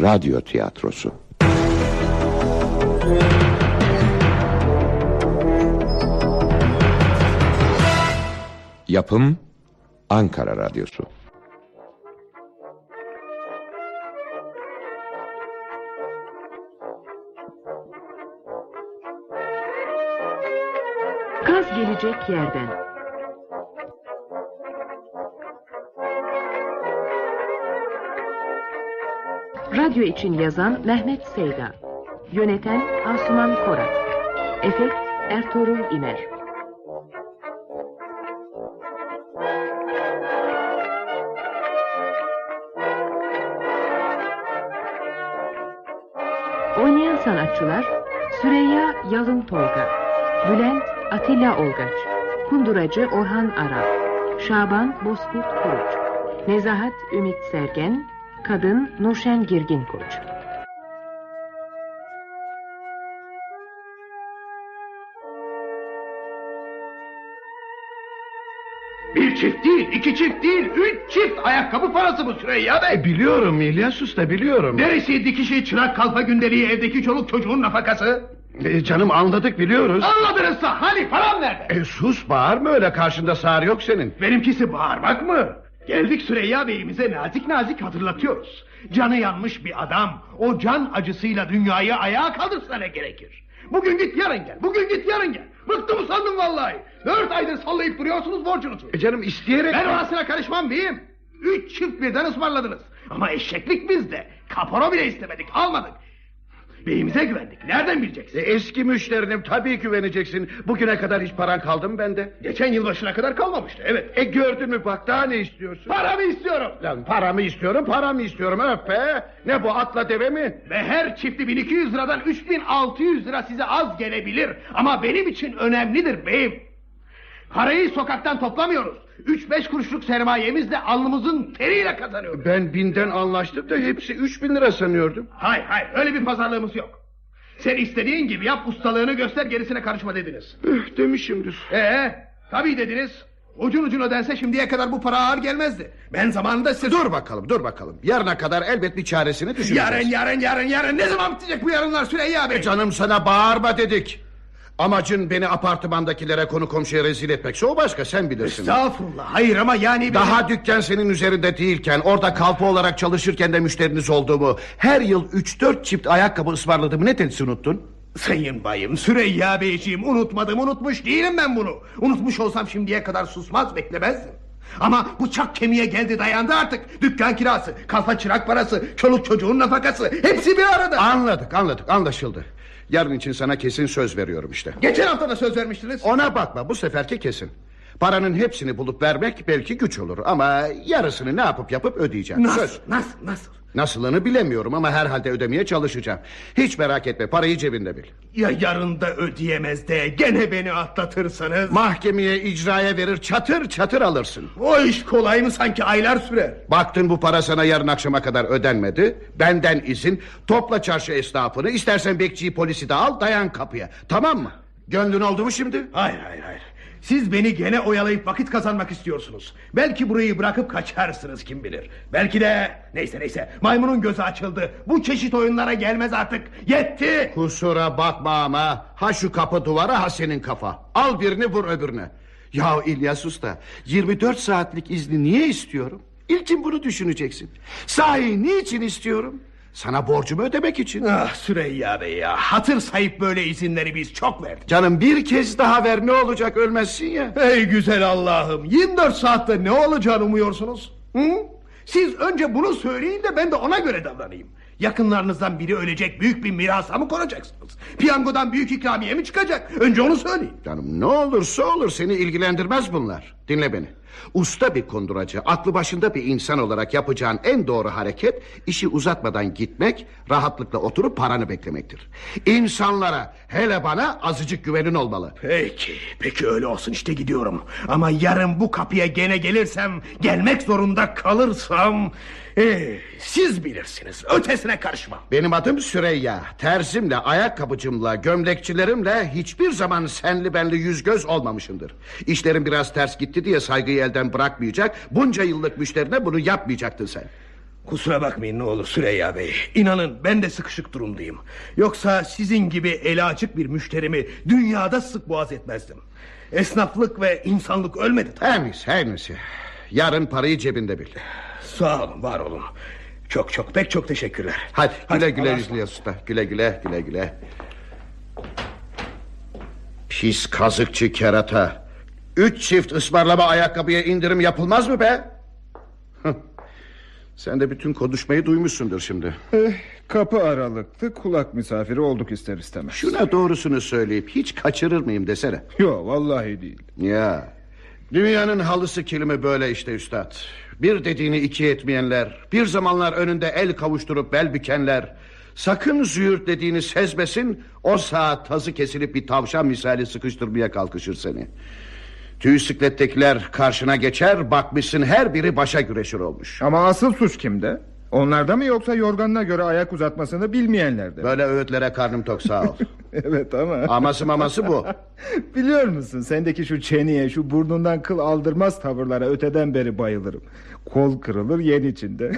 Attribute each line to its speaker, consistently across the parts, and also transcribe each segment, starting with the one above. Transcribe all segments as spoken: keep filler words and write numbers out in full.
Speaker 1: radyo tiyatrosu. Yapım Ankara Radyosu.
Speaker 2: Kaz gelecek yerden. Radyo için yazan Mehmet Seyda, yöneten Asuman Korat, efekt Ertuğrul İmer. Oynayan sanatçılar: Süreyya Yalın Tolga, Bülent Atilla Olgaç, Kunduracı Orhan Aral, Şaban Bozkurt Kuruç, Nezahat Ümit Sergen, Kadın Nurşen Girgin Koç.
Speaker 3: Bir çift değil, iki çift değil, üç çift ayakkabı parası bu Süreyya Bey.
Speaker 4: E, biliyorum İlyas Usta, biliyorum.
Speaker 3: Neresi dikişi, çırak, kalfa gündeliği, evdeki çoluk çocuğun nafakası?
Speaker 4: E, canım anladık, biliyoruz.
Speaker 3: Anladınızsa hani param nerede?
Speaker 4: E, sus, bağırma öyle, karşında sağır yok senin.
Speaker 3: Benimkisi bağırmak mı? Geldik Süreyya Bey'imize nazik nazik hatırlatıyoruz. Canı yanmış bir adam o can acısıyla dünyayı ayağa kaldırsa ne gerekir? Bugün git yarın gel, bugün git yarın gel. Bıktım sandım vallahi. Dört aydır sallayıp duruyorsunuz borcunuzu.
Speaker 4: E canım isteyerek...
Speaker 3: Ben orasına karışmam beyim. Üç çift birden ısmarladınız. Ama eşeklik bizde. Kapora bile istemedik, almadık. Beyimize güvendik. Nereden bileceksin?
Speaker 4: E, eski müşterinim, tabii güveneceksin. Bugüne kadar hiç paran kaldı mı bende?
Speaker 3: Geçen yılbaşına kadar kalmamıştı, evet.
Speaker 4: E gördün mü bak, daha ne istiyorsun?
Speaker 3: Paramı istiyorum.
Speaker 4: Lan paramı istiyorum, paramı istiyorum, öp be. Ne bu, atla deve mi?
Speaker 3: Ve her çifti bin iki yüz liradan üç bin altı yüz lira size az gelebilir. Ama benim için önemlidir beyim. Parayı sokaktan toplamıyoruz. Üç beş kuruşluk sermayemizle alnımızın teriyle kazanıyoruz.
Speaker 4: Ben binden anlaştık da hepsi üç bin lira sanıyordum.
Speaker 3: Hayır hayır, öyle bir pazarlığımız yok. Sen istediğin gibi yap, ustalığını göster, gerisine karışma dediniz.
Speaker 4: Üh, demişimdir.
Speaker 3: Ee, tabii dediniz. Ucun ucun ödense şimdiye kadar bu para ağır gelmezdi. Ben zamanında size...
Speaker 4: Dur bakalım, dur bakalım. Yarına kadar elbet bir çaresini düşüneceğiz.
Speaker 3: Yarın yarın yarın yarın ne zaman bitecek bu yarınlar Süreyya Bey?
Speaker 4: E canım, sana bağırma dedik. Amacın beni apartmandakilere, konu komşuya rezil etmekse o başka, sen bilirsin.
Speaker 3: Estağfurullah, hayır ama yani... Benim...
Speaker 4: Daha dükkan senin üzerinde değilken, orada kalfa olarak çalışırken de müşteriniz olduğumu, her yıl üç dört çift ayakkabı ısmarladığımı ne dedisi unuttun?
Speaker 3: Sayın bayım, Süreyya Beyciğim, unutmadım, unutmuş değilim ben bunu. Unutmuş olsam şimdiye kadar susmaz beklemezdim. Ama bıçak kemiğe geldi, dayandı artık. Dükkan kirası, kalfa çırak parası, çoluk çocuğun nafakası, hepsi bir arada.
Speaker 4: Anladık anladık, anlaşıldı. Yarın için sana kesin söz veriyorum işte.
Speaker 3: Geçen hafta da söz vermiştiniz.
Speaker 4: Ona bakma, bu seferki kesin. Paranın hepsini bulup vermek belki güç olur, ama yarısını ne yapıp yapıp ödeyeceğim.
Speaker 3: Nasıl,
Speaker 4: söz.
Speaker 3: nasıl, nasıl?
Speaker 4: Nasılını bilemiyorum ama herhalde ödemeye çalışacağım. Hiç merak etme, parayı cebinde bil.
Speaker 3: Ya yarın da ödeyemez de gene beni atlatırsanız?
Speaker 4: Mahkemeye, icraya verir, çatır çatır alırsın.
Speaker 3: O iş kolay mı, sanki aylar sürer.
Speaker 4: Baktın bu para sana yarın akşama kadar ödenmedi, benden izin, topla çarşı esnafını, istersen bekçiyi, polisi de al, dayan kapıya. Tamam mı? Gönlün oldu mu şimdi?
Speaker 3: Hayır hayır hayır. Siz beni gene oyalayıp vakit kazanmak istiyorsunuz. Belki burayı bırakıp kaçarsınız, kim bilir. Belki de neyse neyse, maymunun gözü açıldı. Bu çeşit oyunlara gelmez artık. Yetti.
Speaker 4: Kusura bakma ama ha şu kapı duvara, ha senin kafa. Al birini vur öbürüne. Ya İlyas Usta, yirmi dört saatlik izni niye istiyorum? İlkin bunu düşüneceksin. Sahi niçin istiyorum? Sana borcumu ödemek için.
Speaker 3: Ah Süreyya Bey ya, hatır sayıp böyle izinleri biz çok verdik.
Speaker 4: Canım bir kez daha ver, ne olacak, ölmezsin ya.
Speaker 3: Ey güzel Allah'ım, yirmi dört saatte ne olacağını umuyorsunuz? Hı? Siz önce bunu söyleyin de ben de ona göre davranayım. Yakınlarınızdan biri ölecek, büyük bir mirasa mı konacaksınız? Piyangodan büyük ikramiye mi çıkacak? Önce onu söyleyin.
Speaker 4: Canım ne olursa olur, seni ilgilendirmez bunlar. Dinle beni. Usta bir kunduracı, aklı başında bir insan olarak yapacağın en doğru hareket, işi uzatmadan gitmek, rahatlıkla oturup paranı beklemektir. İnsanlara, hele bana azıcık güvenin olmalı.
Speaker 3: Peki, peki öyle olsun, işte gidiyorum. Ama yarın bu kapıya gene gelirsem, gelmek zorunda kalırsam... Ee, siz bilirsiniz, ötesine karışmam.
Speaker 4: Benim adım Süreyya. Terzimle, ayakkabıcımla, gömlekçilerimle hiçbir zaman senli benli yüz göz olmamışımdır. İşlerim biraz ters gitti diye saygıyı elden bırakmayacak, bunca yıllık müşterine bunu yapmayacaktın sen.
Speaker 3: Kusura bakmayın ne olur Süreyya Bey. İnanın ben de sıkışık durumdayım. Yoksa sizin gibi eli açık bir müşterimi dünyada sık boğaz etmezdim. Esnaflık ve insanlık ölmedi.
Speaker 4: Henüz henüz. Yarın parayı cebinde bil.
Speaker 3: Sağ olun, var olun. Çok çok pek çok teşekkürler.
Speaker 4: Hadi,
Speaker 3: Hadi
Speaker 4: güle güle
Speaker 3: Allah'a
Speaker 4: İlyas Usta. Güle güle güle güle. Pis kazıkçı kerata. Üç çift ısmarlama ayakkabıya indirim yapılmaz mı be? Hıh. Sen de bütün konuşmayı duymuşsundur şimdi.
Speaker 5: Eh, kapı aralıktı, kulak misafiri olduk ister istemez.
Speaker 4: Şuna doğrusunu söyleyip hiç kaçırır mıyım desene.
Speaker 5: Yok vallahi değil.
Speaker 4: Ya, dünyanın halısı kilimi böyle işte üstad. Bir dediğini iki etmeyenler, bir zamanlar önünde el kavuşturup bel bükenler, sakın züğürt dediğini sezmesin, o saat tazı kesilip bir tavşan misali sıkıştırmaya kalkışır seni. Tüy siklettekiler karşına geçer, bakmışsın her biri başa güreşir olmuş.
Speaker 5: Ama asıl suç kimde? Onlarda mı yoksa yorganına göre ayak uzatmasını bilmeyenlerde?
Speaker 4: Böyle öğütlere karnım tok, sağ ol.
Speaker 5: Evet ama.
Speaker 4: Aması maması bu.
Speaker 5: Biliyor musun sendeki şu çeneye, şu burnundan kıl aldırmaz tavırlara öteden beri bayılırım. Kol kırılır yen içinde.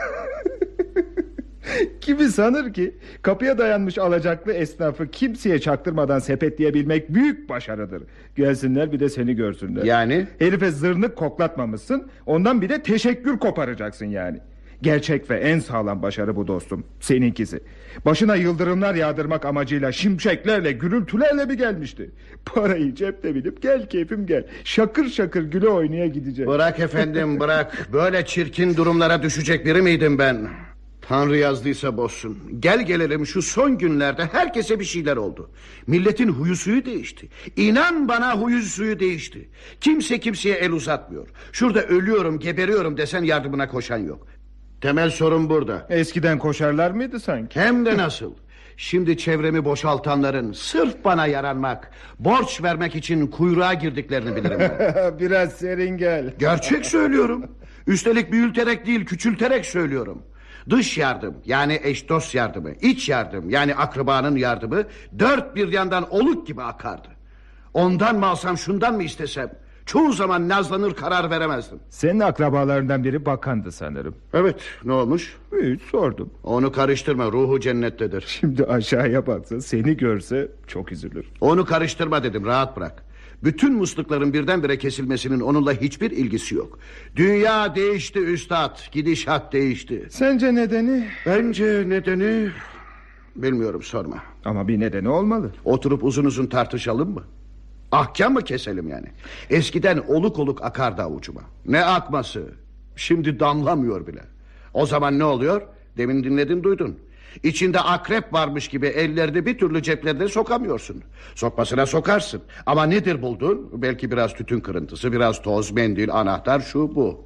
Speaker 5: Kimi sanır ki kapıya dayanmış alacaklı esnafı kimseye çaktırmadan sepetleyebilmek büyük başarıdır. Gelsinler bir de seni görsünler.
Speaker 4: Yani?
Speaker 5: Herife zırnık koklatmamışsın, ondan bir de teşekkür koparacaksın yani. Gerçek ve en sağlam başarı bu dostum, seninkisi. Başına yıldırımlar yağdırmak amacıyla şimşeklerle, gürültülerle bir gelmişti. Parayı cepte bilip gel keyfim gel, şakır şakır güle oynaya gidecek.
Speaker 4: Bırak efendim bırak. Böyle çirkin durumlara düşecek biri miydim ben? Tanrı yazdıysa bozsun. Gel gelelim şu son günlerde herkese bir şeyler oldu. Milletin huyu suyu değişti. İnan bana huyu suyu değişti. Kimse kimseye el uzatmıyor. Şurada ölüyorum geberiyorum desen yardımına koşan yok. Temel sorun burada.
Speaker 5: Eskiden koşarlar mıydı sanki?
Speaker 4: Hem de nasıl? Şimdi çevremi boşaltanların sırf bana yaranmak, borç vermek için kuyruğa girdiklerini bilirim ben.
Speaker 5: Biraz serin gel.
Speaker 4: Gerçek söylüyorum. Üstelik büyülterek değil, küçülterek söylüyorum. Dış yardım yani eş dost yardımı, iç yardım yani akrabanın yardımı dört bir yandan oluk gibi akardı. Ondan mı alsam şundan mı istesem? Çoğu zaman nazlanır karar veremezdim.
Speaker 5: Senin akrabalarından biri bakandı sanırım.
Speaker 4: Evet, ne olmuş?
Speaker 5: Hiç sordum.
Speaker 4: Onu karıştırma, ruhu cennettedir.
Speaker 5: Şimdi aşağıya baksa, seni görse çok üzülür.
Speaker 4: Onu karıştırma dedim, rahat bırak. Bütün muslukların birdenbire kesilmesinin onunla hiçbir ilgisi yok. Dünya değişti üstad, gidişat değişti.
Speaker 5: Sence nedeni?
Speaker 4: Bence nedeni bilmiyorum, sorma.
Speaker 5: Ama bir nedeni olmalı.
Speaker 4: Oturup uzun uzun tartışalım mı? Ahkam mı keselim yani? Eskiden oluk oluk akardı avucuma. Ne akması? Şimdi damlamıyor bile. O zaman ne oluyor? Demin dinledin duydun. İçinde akrep varmış gibi ellerini bir türlü ceplerine sokamıyorsun. Sokmasına sokarsın. Ama nedir buldun? Belki biraz tütün kırıntısı, biraz toz, mendil, anahtar, şu bu.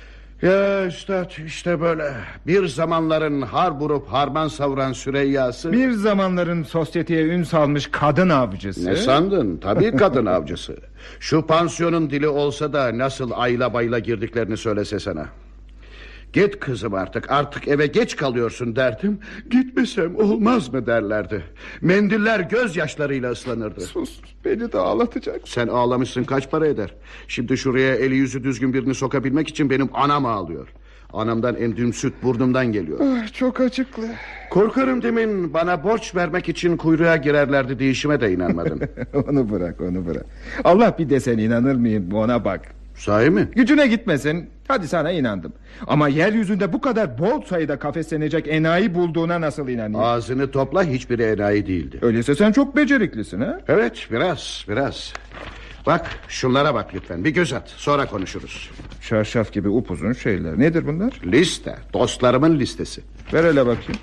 Speaker 4: Ya üstad işte böyle. Bir zamanların har vurup harman savuran Süreyya'sı.
Speaker 5: Bir zamanların sosyeteye ün salmış kadın avcısı.
Speaker 4: Ne sandın? Tabii kadın avcısı. Şu pansiyonun dili olsa da nasıl ayla bayla girdiklerini söylese sana. Git kızım artık, artık eve geç kalıyorsun derdim. Gitmesem olmaz mı derlerdi. Mendiller gözyaşlarıyla ıslanırdı.
Speaker 5: Sus, beni de ağlatacak.
Speaker 4: Sen ağlamışsın, kaç para eder? Şimdi şuraya eli yüzü düzgün birini sokabilmek için benim anam ağlıyor. Anamdan emdiğim süt burnumdan geliyor.
Speaker 5: Ah, çok acıklı.
Speaker 4: Korkarım demin bana borç vermek için kuyruğa girerlerdi deyişime de inanmadın.
Speaker 5: Onu bırak, onu bırak. Allah bir de sen inanır mıyım, ona bak.
Speaker 4: Sahi mi?
Speaker 5: Gücüne gitmesin, hadi sana inandım. Ama yeryüzünde bu kadar bol sayıda kafeslenecek enayi bulduğuna nasıl inanayım?
Speaker 4: Ağzını topla, hiçbiri enayi değildi.
Speaker 5: Öyleyse sen çok beceriklisin ha?
Speaker 4: Evet, biraz biraz. Bak şunlara bak lütfen, bir göz at, sonra konuşuruz.
Speaker 5: Çarşaf gibi upuzun şeyler. Nedir bunlar?
Speaker 4: Liste, dostlarımın listesi.
Speaker 5: Ver hele bakayım.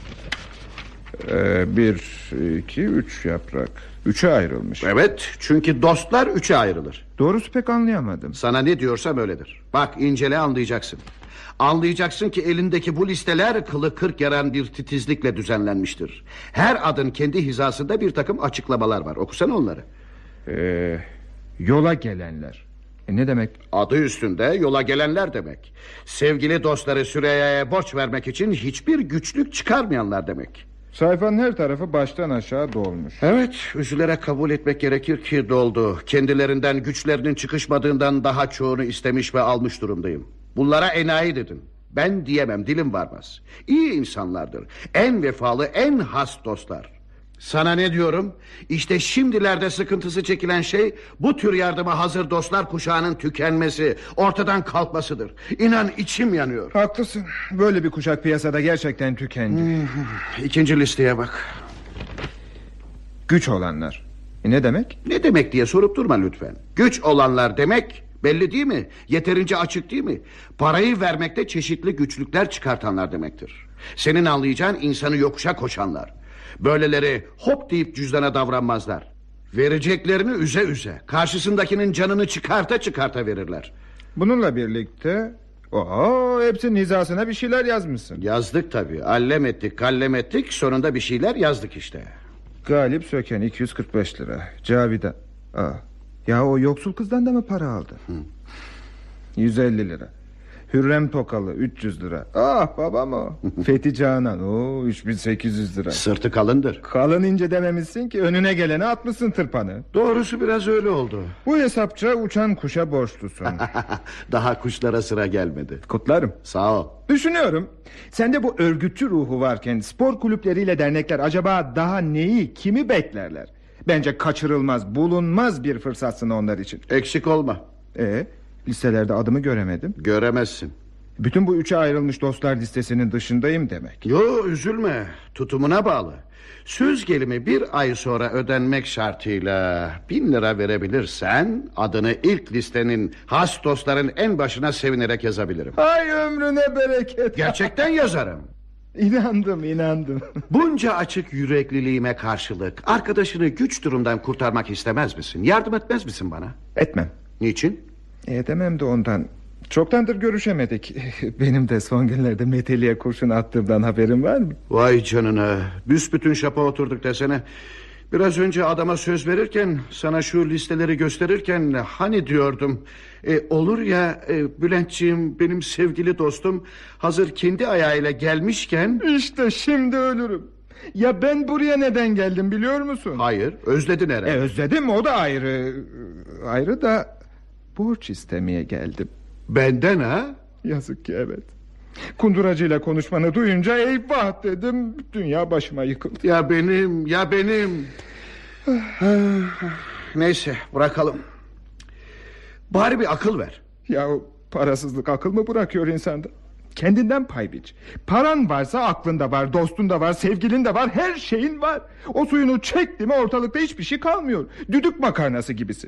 Speaker 5: Ee, bir, iki, üç yaprak. Üçe ayrılmış.
Speaker 4: Evet, çünkü dostlar üçe ayrılır.
Speaker 5: Doğrusu pek anlayamadım.
Speaker 4: Sana ne diyorsam öyledir. Bak incele, anlayacaksın. Anlayacaksın ki elindeki bu listeler kılı kırk yaran bir titizlikle düzenlenmiştir. Her adın kendi hizasında bir takım açıklamalar var. Okusana onları.
Speaker 5: Ee, yola gelenler. E ne demek?
Speaker 4: Adı üstünde yola gelenler demek. Sevgili dostları Süreyya'ya borç vermek için hiçbir güçlük çıkarmayanlar demek.
Speaker 5: Sayfanın her tarafı baştan aşağı dolmuş.
Speaker 4: Evet, üzülerek kabul etmek gerekir ki doldu. Kendilerinden güçlerinin çıkışmadığından daha çoğunu istemiş ve almış durumdayım. Bunlara enayi dedin. Ben diyemem, dilim varmaz. İyi insanlardır. En vefalı, en has dostlar. Sana ne diyorum? İşte şimdilerde sıkıntısı çekilen şey bu tür yardıma hazır dostlar kuşağının tükenmesi, ortadan kalkmasıdır. İnan içim yanıyor.
Speaker 5: Haklısın. Böyle bir kuşak piyasada gerçekten tükendi.
Speaker 4: Hmm, İkinci listeye bak.
Speaker 5: Güç olanlar. E ne demek?
Speaker 4: Ne demek diye sorup durma lütfen. Güç olanlar demek belli değil mi? Yeterince açık değil mi? Parayı vermekte çeşitli güçlükler çıkartanlar demektir. Senin anlayacağın insanı yokuşa koşanlar. Böyleleri hop deyip cüzdana davranmazlar. Vereceklerini üze üze, karşısındakinin canını çıkarta çıkarta verirler.
Speaker 5: Bununla birlikte oho, hepsinin hizasına bir şeyler yazmışsın.
Speaker 4: Yazdık tabii. Allem ettik, kallem ettik, sonunda bir şeyler yazdık işte.
Speaker 5: Galip Söken iki yüz kırk beş lira. Cavida. Aa, ya o yoksul kızdan da mı para aldı? Hı. yüz elli lira. Hürrem Tokalı üç yüz lira. Ah babam o. Fethi Canan o üç bin sekiz yüz lira.
Speaker 4: Sırtı kalındır.
Speaker 5: Kalın ince dememişsin ki, önüne gelene atmışsın tırpanı.
Speaker 4: Doğrusu biraz öyle oldu.
Speaker 5: Bu hesapça uçan kuşa borçlusun.
Speaker 4: Daha kuşlara sıra gelmedi.
Speaker 5: Kutlarım.
Speaker 4: Sağ ol.
Speaker 5: Düşünüyorum, sende bu örgütçü ruhu varken spor kulüpleriyle dernekler acaba daha neyi, kimi beklerler? Bence kaçırılmaz, bulunmaz bir fırsatsın onlar için.
Speaker 4: Eksik olma.
Speaker 5: E, listelerde adımı göremedim.
Speaker 4: Göremezsin.
Speaker 5: Bütün bu üçe ayrılmış dostlar listesinin dışındayım demek.
Speaker 4: Yo, üzülme, tutumuna bağlı. Söz gelimi bir ay sonra ödenmek şartıyla bin lira verebilirsen adını ilk listenin has dostların en başına sevinerek yazabilirim.
Speaker 5: Ay ömrüne bereket.
Speaker 4: Gerçekten yazarım.
Speaker 5: İnandım inandım.
Speaker 4: Bunca açık yürekliliğime karşılık arkadaşını güç durumdan kurtarmak istemez misin? Yardım etmez misin bana?
Speaker 5: Etmem.
Speaker 4: Niçin?
Speaker 5: Edemem de ondan. Çoktandır görüşemedik. Benim de son günlerde meteliğe kurşun attığımdan haberin var mı?
Speaker 4: Vay canına, büsbütün şapa oturduk desene. Biraz önce adama söz verirken, sana şu listeleri gösterirken hani diyordum, e, olur ya e, Bülentciğim, benim sevgili dostum, hazır kendi ayağıyla gelmişken...
Speaker 5: İşte şimdi ölürüm. Ya ben buraya neden geldim biliyor musun?
Speaker 4: Hayır, özledin herhalde.
Speaker 5: E, özledim, o da ayrı. Ayrı da borç istemeye geldim.
Speaker 4: Benden ha?
Speaker 5: Yazık ki evet. Kunduracıyla konuşmanı duyunca eyvah dedim, dünya başıma yıkıldı.
Speaker 4: Ya benim, ya benim. Neyse, bırakalım. Bari bir akıl ver.
Speaker 5: Ya parasızlık akıl mı bırakıyor insanda? Kendinden pay biç. Paran varsa aklında var, dostun da var, sevgilin de var, her şeyin var. O suyunu çekti mi ortalıkta hiçbir şey kalmıyor. Düdük makarnası gibisi.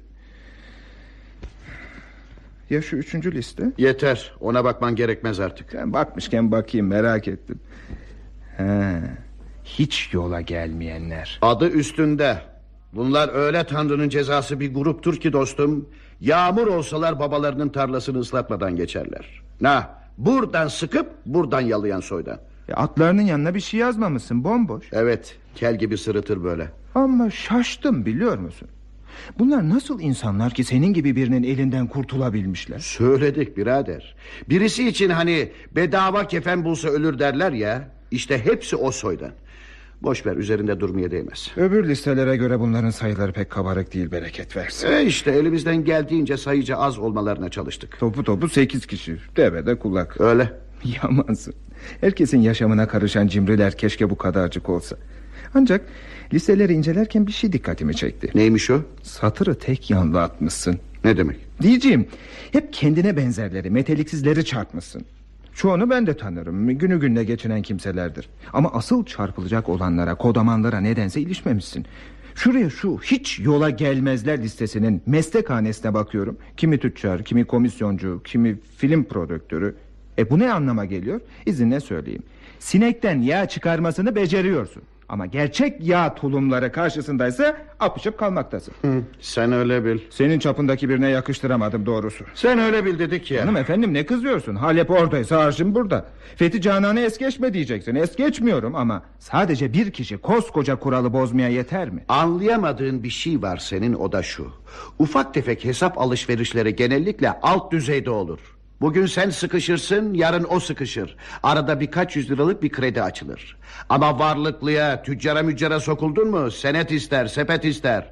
Speaker 5: Ya şu üçüncü liste?
Speaker 4: Yeter, ona bakman gerekmez artık.
Speaker 5: Ben bakmışken bakayım, merak ettim. He, hiç yola gelmeyenler.
Speaker 4: Adı üstünde. Bunlar öyle Tanrı'nın cezası bir gruptur ki dostum, yağmur olsalar babalarının tarlasını ıslatmadan geçerler. Na, buradan sıkıp buradan yalayan soydan.
Speaker 5: E, atlarının yanına bir şey yazmamışsın, bomboş.
Speaker 4: Evet, kel gibi sırıtır böyle.
Speaker 5: Ama şaştım biliyor musun? Bunlar nasıl insanlar ki senin gibi birinin elinden kurtulabilmişler?
Speaker 4: Söyledik birader. Birisi için hani bedava kefen bulsa ölür derler ya, işte hepsi o soydan. Boş ver, üzerinde durmaya değmez.
Speaker 5: Öbür listelere göre bunların sayıları pek kabarık değil, bereket versin.
Speaker 4: E işte elimizden geldiğince sayıca az olmalarına çalıştık.
Speaker 5: Topu topu sekiz kişi, devede kulak.
Speaker 4: Öyle.
Speaker 5: Yamansın. Herkesin yaşamına karışan cimriler keşke bu kadarcık olsa. Ancak listeleri incelerken bir şey dikkatimi çekti.
Speaker 4: Neymiş o?
Speaker 5: Satırı tek yanlı atmışsın.
Speaker 4: Ne demek?
Speaker 5: Diyeceğim, hep kendine benzerleri, meteliksizleri çarpmışsın. Çoğunu ben de tanırım, günü gününe geçinen kimselerdir. Ama asıl çarpılacak olanlara, kodamanlara nedense ilişmemişsin. Şuraya şu hiç yola gelmezler listesinin meslekhanesine bakıyorum. Kimi tüccar, kimi komisyoncu, kimi film prodüktörü. E bu ne anlama geliyor? İzinle söyleyeyim. Sinekten yağ çıkarmasını beceriyorsun. Ama gerçek yağ tulumları karşısındaysa apışıp kalmaktasın.
Speaker 4: Hı, sen öyle bil.
Speaker 5: Senin çapındaki birine yakıştıramadım doğrusu.
Speaker 4: Sen öyle bil dedik ya.
Speaker 5: Hanım efendim, ne kızıyorsun? Halep oradaysa harcım burada. Fethi Canan'ı es geçme diyeceksin. Es geçmiyorum ama sadece bir kişi koskoca kuralı bozmaya yeter mi?
Speaker 4: Anlayamadığın bir şey var senin, o da şu. Ufak tefek hesap alışverişleri genellikle alt düzeyde olur. Bugün sen sıkışırsın, yarın o sıkışır. Arada birkaç yüz liralık bir kredi açılır. Ama varlıklıya, tüccara müccara sokuldun mu senet ister, sepet ister.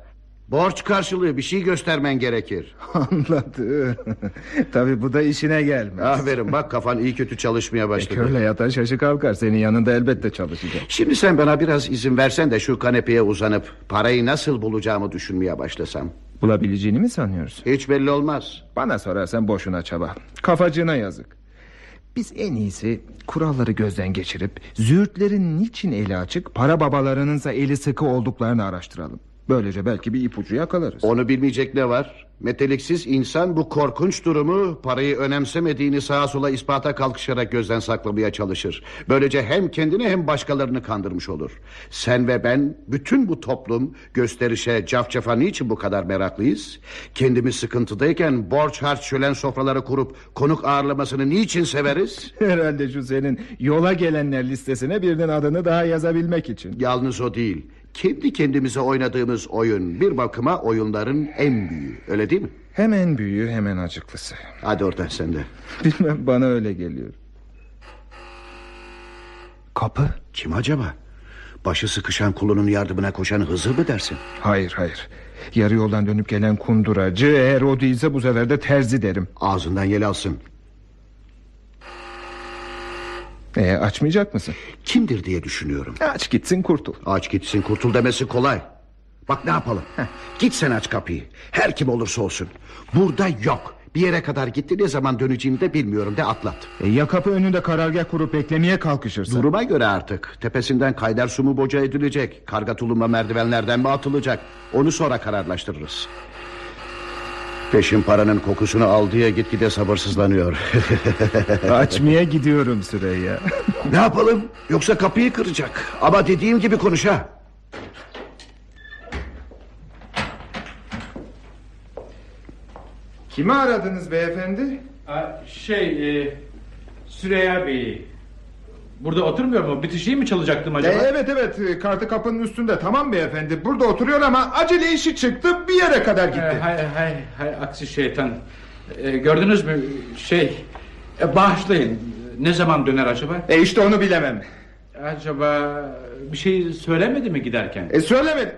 Speaker 4: Borç karşılığı bir şey göstermen gerekir.
Speaker 5: Anladım. Tabii bu da işine gelmez.
Speaker 4: Aferin, bak kafan iyi kötü çalışmaya başladı.
Speaker 5: Öyle yatan şaşı kalkar. Senin yanında elbette çalışacak.
Speaker 4: Şimdi sen bana biraz izin versen de şu kanepeye uzanıp parayı nasıl bulacağımı düşünmeye başlasam.
Speaker 5: Bulabileceğini mi sanıyorsun?
Speaker 4: Hiç belli olmaz.
Speaker 5: Bana sorarsan boşuna çaba. Kafacığına yazık. Biz en iyisi kuralları gözden geçirip züğürtlerin niçin eli açık, para babalarınınsa eli sıkı olduklarını araştıralım. Böylece belki bir ipucu yakalarız.
Speaker 4: Onu bilmeyecek ne var? Meteliksiz insan bu korkunç durumu parayı önemsemediğini sağa sola ispata kalkışarak gözden saklamaya çalışır. Böylece hem kendini hem başkalarını kandırmış olur. Sen ve ben, bütün bu toplum gösterişe, cafcafa niçin bu kadar meraklıyız? Kendimiz sıkıntıdayken borç harç şölen sofraları kurup konuk ağırlamasını niçin severiz?
Speaker 5: Herhalde şu senin yola gelenler listesine birinin adını daha yazabilmek için.
Speaker 4: Yalnız o değil. Kendi kendimize oynadığımız oyun bir bakıma oyunların en büyüğü, öyle değil mi?
Speaker 5: Hem en büyüğü hem en acıklısı.
Speaker 4: Hadi oradan sen de.
Speaker 5: Bilmem, bana öyle geliyor. Kapı?
Speaker 4: Kim acaba? Başı sıkışan kulunun yardımına koşan Hızır mı dersin?
Speaker 5: Hayır hayır. Yarı yoldan dönüp gelen kunduracı, eğer o değilse bu sefer de terzi derim.
Speaker 4: Ağzından yel alsın.
Speaker 5: Ee, açmayacak mısın?
Speaker 4: Kimdir diye düşünüyorum.
Speaker 5: Aç gitsin kurtul.
Speaker 4: Aç gitsin kurtul demesi kolay. Bak ne yapalım. Heh, git sen aç kapıyı. Her kim olursa olsun. Burada yok. Bir yere kadar gitti, ne zaman döneceğimi de bilmiyorum de atlat.
Speaker 5: E, ya kapı önünde karargah kurup beklemeye kalkışırsa?
Speaker 4: Duruma göre artık. Tepesinden kayder su mu boca edilecek? Karga tulumba merdivenlerden mi atılacak? Onu sonra kararlaştırırız. Peşin paranın kokusunu aldıya gitgide sabırsızlanıyor.
Speaker 5: Açmaya gidiyorum Süreyya.
Speaker 4: Ne yapalım? Yoksa kapıyı kıracak. Ama dediğim gibi konuş ha.
Speaker 5: Kimi aradınız beyefendi?
Speaker 6: Şey e, Süreyya Bey burada oturmuyor mu? Bitişiği mi çalacaktım
Speaker 5: E,
Speaker 6: acaba?
Speaker 5: evet evet, kartı kapının üstünde. Tamam beyefendi, burada oturuyor ama acele işi çıktı, bir yere kadar gitti.
Speaker 6: E, hay hay hay aksi şeytan. E, gördünüz mü şey e, bağışlayın. Ne zaman döner acaba?
Speaker 5: E işte onu bilemem.
Speaker 6: Acaba bir şey söylemedi mi giderken?
Speaker 5: E söylemedi.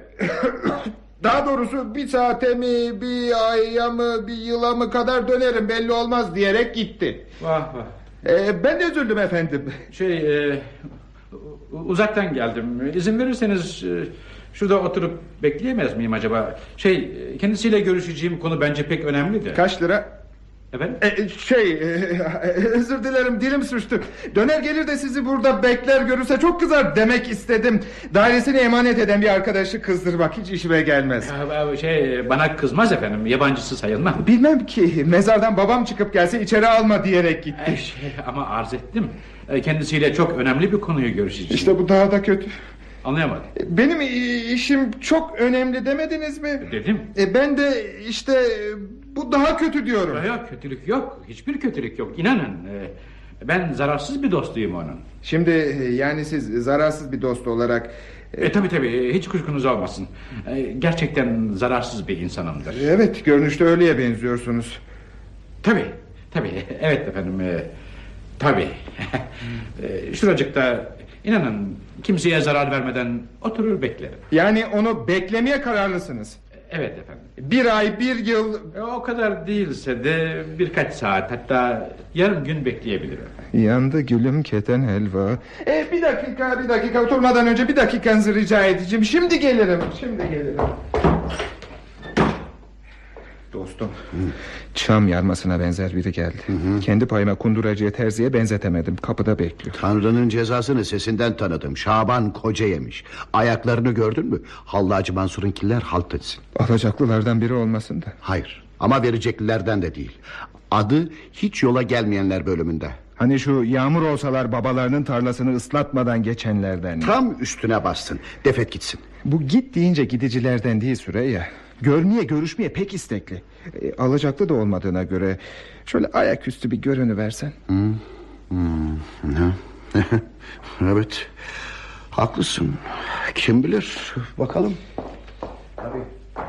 Speaker 5: Daha doğrusu bir saate mi, bir aya mı, bir yıla mı kadar dönerim belli olmaz diyerek gitti.
Speaker 6: Vah vah.
Speaker 5: E, ben de üzüldüm efendim.
Speaker 6: Şey e, uzaktan geldim. İzin verirseniz e, şurada oturup bekleyemez miyim acaba? Şey e, kendisiyle görüşeceğim konu bence pek önemli de.
Speaker 5: Kaç lira?
Speaker 6: Efendim?
Speaker 5: E, şey e, özür dilerim, dilim sürçtü. Döner gelir de sizi burada bekler, görürse çok kızar demek istedim. Dairesini emanet eden bir arkadaşı kızdırmak hiç işime gelmez.
Speaker 6: Ya, şey bana kızmaz efendim, yabancısı sayılmam.
Speaker 5: Bilmem ki, mezardan babam çıkıp gelse içeri alma diyerek gitti.
Speaker 6: E, şey, ama arz ettim. E, kendisiyle çok önemli bir konuyu görüşeceğim.
Speaker 5: İşte bu daha da kötü.
Speaker 6: Anlayamadım.
Speaker 5: Benim işim çok önemli demediniz mi?
Speaker 6: Dedim.
Speaker 5: E, ben de işte bu daha kötü diyorum.
Speaker 6: Yok, kötülük yok. Hiçbir kötülük yok. İnanın. E, ben zararsız bir dostuyum onun.
Speaker 5: Şimdi yani siz zararsız bir dost olarak...
Speaker 6: E, tabii tabii, hiç kuşkunuz olmasın. E, gerçekten zararsız bir insanımdır.
Speaker 5: Evet, görünüşte öyleye benziyorsunuz.
Speaker 6: Tabii, tabii. Evet efendim. E, tabii. e, şuracıkta inanın kimseye zarar vermeden oturur beklerim.
Speaker 5: Yani onu beklemeye kararlısınız.
Speaker 6: Evet efendim.
Speaker 5: Bir ay, bir yıl...
Speaker 6: E, o kadar değilse de birkaç saat, hatta yarım gün bekleyebilirim.
Speaker 5: Yandı gülüm keten helva. E, bir dakika, bir dakika, oturmadan önce bir dakikanızı rica edeceğim. Şimdi gelirim, şimdi gelirim. Dostum, hı. Çam yarmasına benzer biri geldi. Hı hı. Kendi payıma kunduracıya, terziye benzetemedim. Kapıda bekliyor.
Speaker 4: Tanrı'nın cezasını sesinden tanıdım. Şaban koca yemiş. Ayaklarını gördün mü? Hallacı Mansur'unkiler halt etsin.
Speaker 5: Alacaklılardan biri olmasın da.
Speaker 4: Hayır, ama vereceklilerden de değil. Adı hiç yola gelmeyenler bölümünde.
Speaker 5: Hani şu yağmur olsalar babalarının tarlasını ıslatmadan geçenlerden.
Speaker 4: Tam üstüne bastın. Defet gitsin.
Speaker 5: Bu git deyince gidicilerden değil Süreyya. Görmeye, görüşmeye pek istekli. E, alacaklı da olmadığına göre şöyle ayaküstü bir görünüversen.
Speaker 4: Hmm. Hmm. Evet, haklısın. Kim bilir, bakalım. Tabii.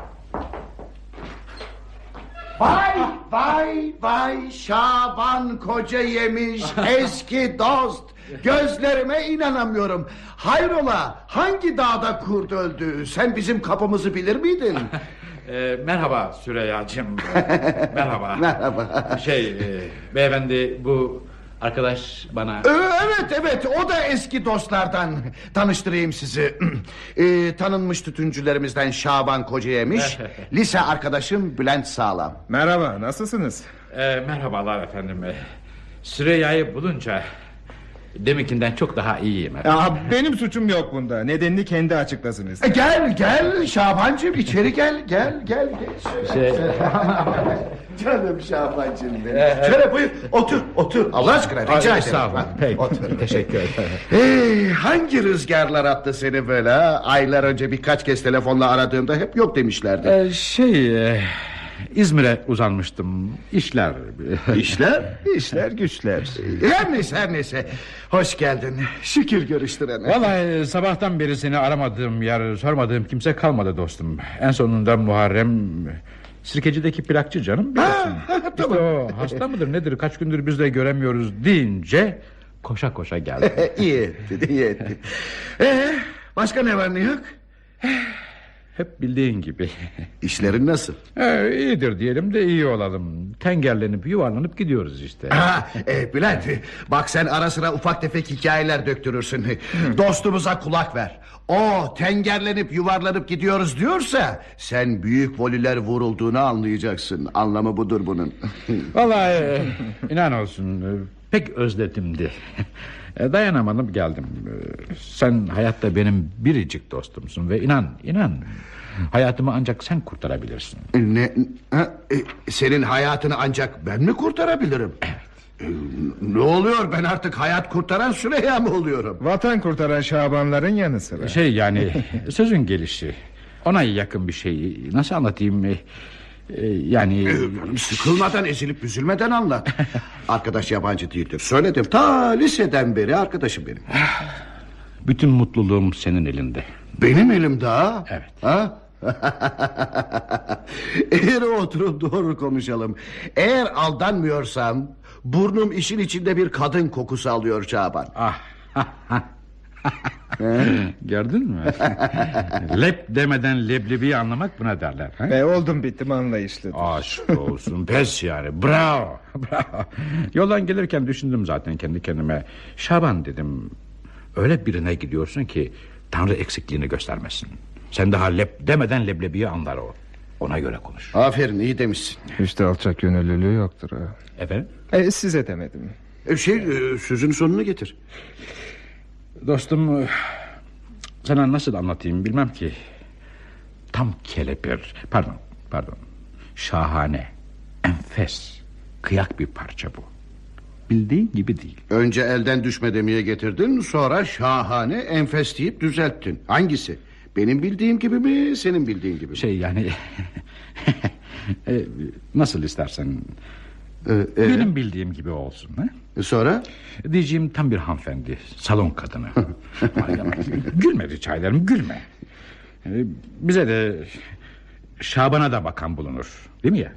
Speaker 4: Vay vay vay, Şaban koca yemiş, eski dost. Gözlerime inanamıyorum. Hayrola, hangi dağda kurt öldü? Sen bizim kapımızı bilir miydin?
Speaker 6: Ee, merhaba Süreyya'cığım. Merhaba.
Speaker 4: Merhaba.
Speaker 6: Şey, e, beyefendi bu arkadaş bana...
Speaker 4: Ee, Evet evet, o da eski dostlardan. Tanıştırayım sizi. Ee, tanınmış tütüncülerimizden Şaban Kocayemiş. Lise arkadaşım Bülent Sağlam.
Speaker 5: Merhaba, nasılsınız?
Speaker 6: Ee, merhabalar efendim. Ee, Süreyya'yı bulunca deminkinden çok daha iyiyim efendim.
Speaker 5: Ya, benim suçum yok bunda. Nedenini kendi açıklasınız.
Speaker 4: E, Gel gel Şabancığım, içeri gel gel gel. gel.
Speaker 6: Şey,
Speaker 4: Canım Şabancığım benim. Şöyle buyur, otur otur. Allah aşkına rica ederim.
Speaker 6: sağ olun. Peki,
Speaker 4: Otur.
Speaker 6: teşekkür ederim.
Speaker 4: Hey, hangi rüzgarlar attı seni böyle ha? Aylar önce birkaç kez telefonla aradığımda hep yok demişlerdi.
Speaker 6: Ee, şey, e, İzmir'e uzanmıştım. İşler.
Speaker 4: İşler?
Speaker 5: İşler güçler.
Speaker 4: Her neyse her neyse. Hoş geldin. Şükür görüştürene.
Speaker 6: Vallahi sabahtan beri seni aramadığım yer, sormadığım kimse kalmadı dostum. En sonunda Muharrem, Sirkeci'deki plakçı canım biliyorsun.
Speaker 4: Ha, ha, tamam.
Speaker 6: İşte o hasta mıdır nedir, kaç gündür biz de göremiyoruz deyince koşa koşa geldi.
Speaker 4: iyi etti, iyi etti. Ee, başka ne var ne yok?
Speaker 6: Hep bildiğin gibi.
Speaker 4: İşlerin nasıl?
Speaker 6: Ee, iyidir diyelim de iyi olalım. Tengerlenip yuvarlanıp gidiyoruz işte.
Speaker 4: Ha, e, Bülent, bak sen ara sıra ufak tefek hikayeler döktürürsün. Dostumuza kulak ver. O tengerlenip yuvarlanıp gidiyoruz diyorsa sen büyük voliler vurulduğunu anlayacaksın. Anlamı budur bunun.
Speaker 6: Vallahi e, inan olsun, e, pek özletimdi. E, dayanamadım geldim. E, sen hayatta benim biricik dostumsun ve inan inan hayatımı ancak sen kurtarabilirsin.
Speaker 4: Ne? Ha, e, senin hayatını ancak ben mi kurtarabilirim? Evet. E, ne oluyor, ben artık hayat kurtaran Süreyya mı oluyorum?
Speaker 5: Vatan kurtaran Şabanların yanı sıra.
Speaker 6: Şey yani sözün gelişi, ona yakın bir şey nasıl anlatayım? E, e, yani
Speaker 4: E, sıkılmadan, ezilip üzülmeden anlat. Arkadaş yabancı değildir, söyledim. Ta liseden beri arkadaşım benim.
Speaker 6: bütün mutluluğum senin elinde.
Speaker 4: Benim elimde ha?
Speaker 6: Evet.
Speaker 4: Ha? Eğer oturup doğru konuşalım. Eğer aldanmıyorsam burnum işin içinde bir kadın kokusu alıyor Şaban.
Speaker 6: Ah. Gördün mü? Lep demeden leblebiyi anlamak buna derler. Ha?
Speaker 5: Ve oldum bittim anlayışlı.
Speaker 6: Aşk olsun, pes yani. Bravo, bravo. Yoldan gelirken düşündüm zaten kendi kendime. Şaban dedim, öyle birine gidiyorsun ki Tanrı eksikliğini göstermesin. Sen daha lep demeden leblebiyi anlar o. Ona göre konuş.
Speaker 4: Aferin, iyi demişsin.
Speaker 5: Hiç de alçak gönüllülüğü yoktur ha.
Speaker 6: Efendim?
Speaker 5: E, size demedim.
Speaker 4: E, şey e, sözün sonunu getir.
Speaker 6: Dostum, sana nasıl anlatayım bilmem ki. Tam kelepir, pardon, pardon. Şahane, enfes, kıyak bir parça bu. Bildiğin gibi değil.
Speaker 4: Önce elden düşme demeye getirdin, sonra şahane, enfes deyip düzelttin. Hangisi? Benim bildiğim gibi mi, senin bildiğin gibi mi?
Speaker 6: Şey yani e, nasıl istersen.
Speaker 4: Ee, evet.
Speaker 6: Benim bildiğim gibi olsun. He?
Speaker 4: E, sonra?
Speaker 6: Diyeceğim tam bir hanımefendi, salon kadını. Gülme rica ederim, gülme. E, bize de Şaban'a da bakan bulunur, değil mi ya?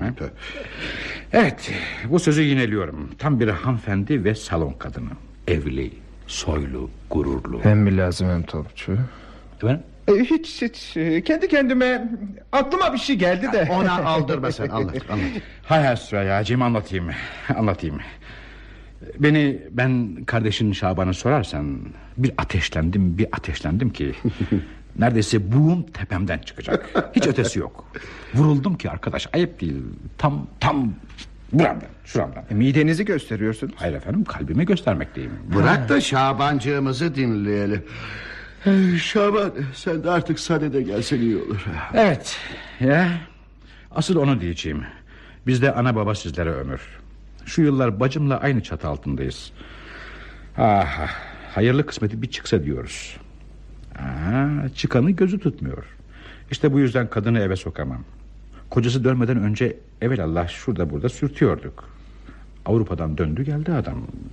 Speaker 6: Evet, bu sözü yineliyorum. Tam bir hanımefendi ve salon kadını. Evli, soylu, gururlu.
Speaker 5: Hem mi lazım hem topçu.
Speaker 6: Efendim?
Speaker 5: E, hiç hiç e, kendi kendime aklıma bir şey geldi de.
Speaker 4: Ona aldırma sen, anlat, anlat.
Speaker 6: Hay hay Süreyya'cığım, anlatayım. Anlatayım. Beni, ben kardeşin Şaban'ı sorarsan bir ateşlendim, bir ateşlendim ki neredeyse buğum tepemden çıkacak. Hiç ötesi yok. Vuruldum ki arkadaş, ayıp değil. Tam tam buramdan, şuramdan.
Speaker 5: E, midenizi gösteriyorsunuz.
Speaker 6: Hayır efendim, kalbimi göstermekteyim.
Speaker 4: Bırak da Şabancığımızı dinleyelim. Hey, Şaban, sen de artık sadede gelsen iyi olur.
Speaker 6: Evet ya, asıl onu diyeceğim. Bizde ana baba sizlere ömür. Şu yıllar bacımla aynı çatı altındayız. Ah, hayırlı kısmeti bir çıksa diyoruz. Aa, çıkanı gözü tutmuyor. İşte bu yüzden kadını eve sokamam. Kocası dönmeden önce evelallah şurada burada sürtüyorduk. Avrupa'dan döndü geldi adam.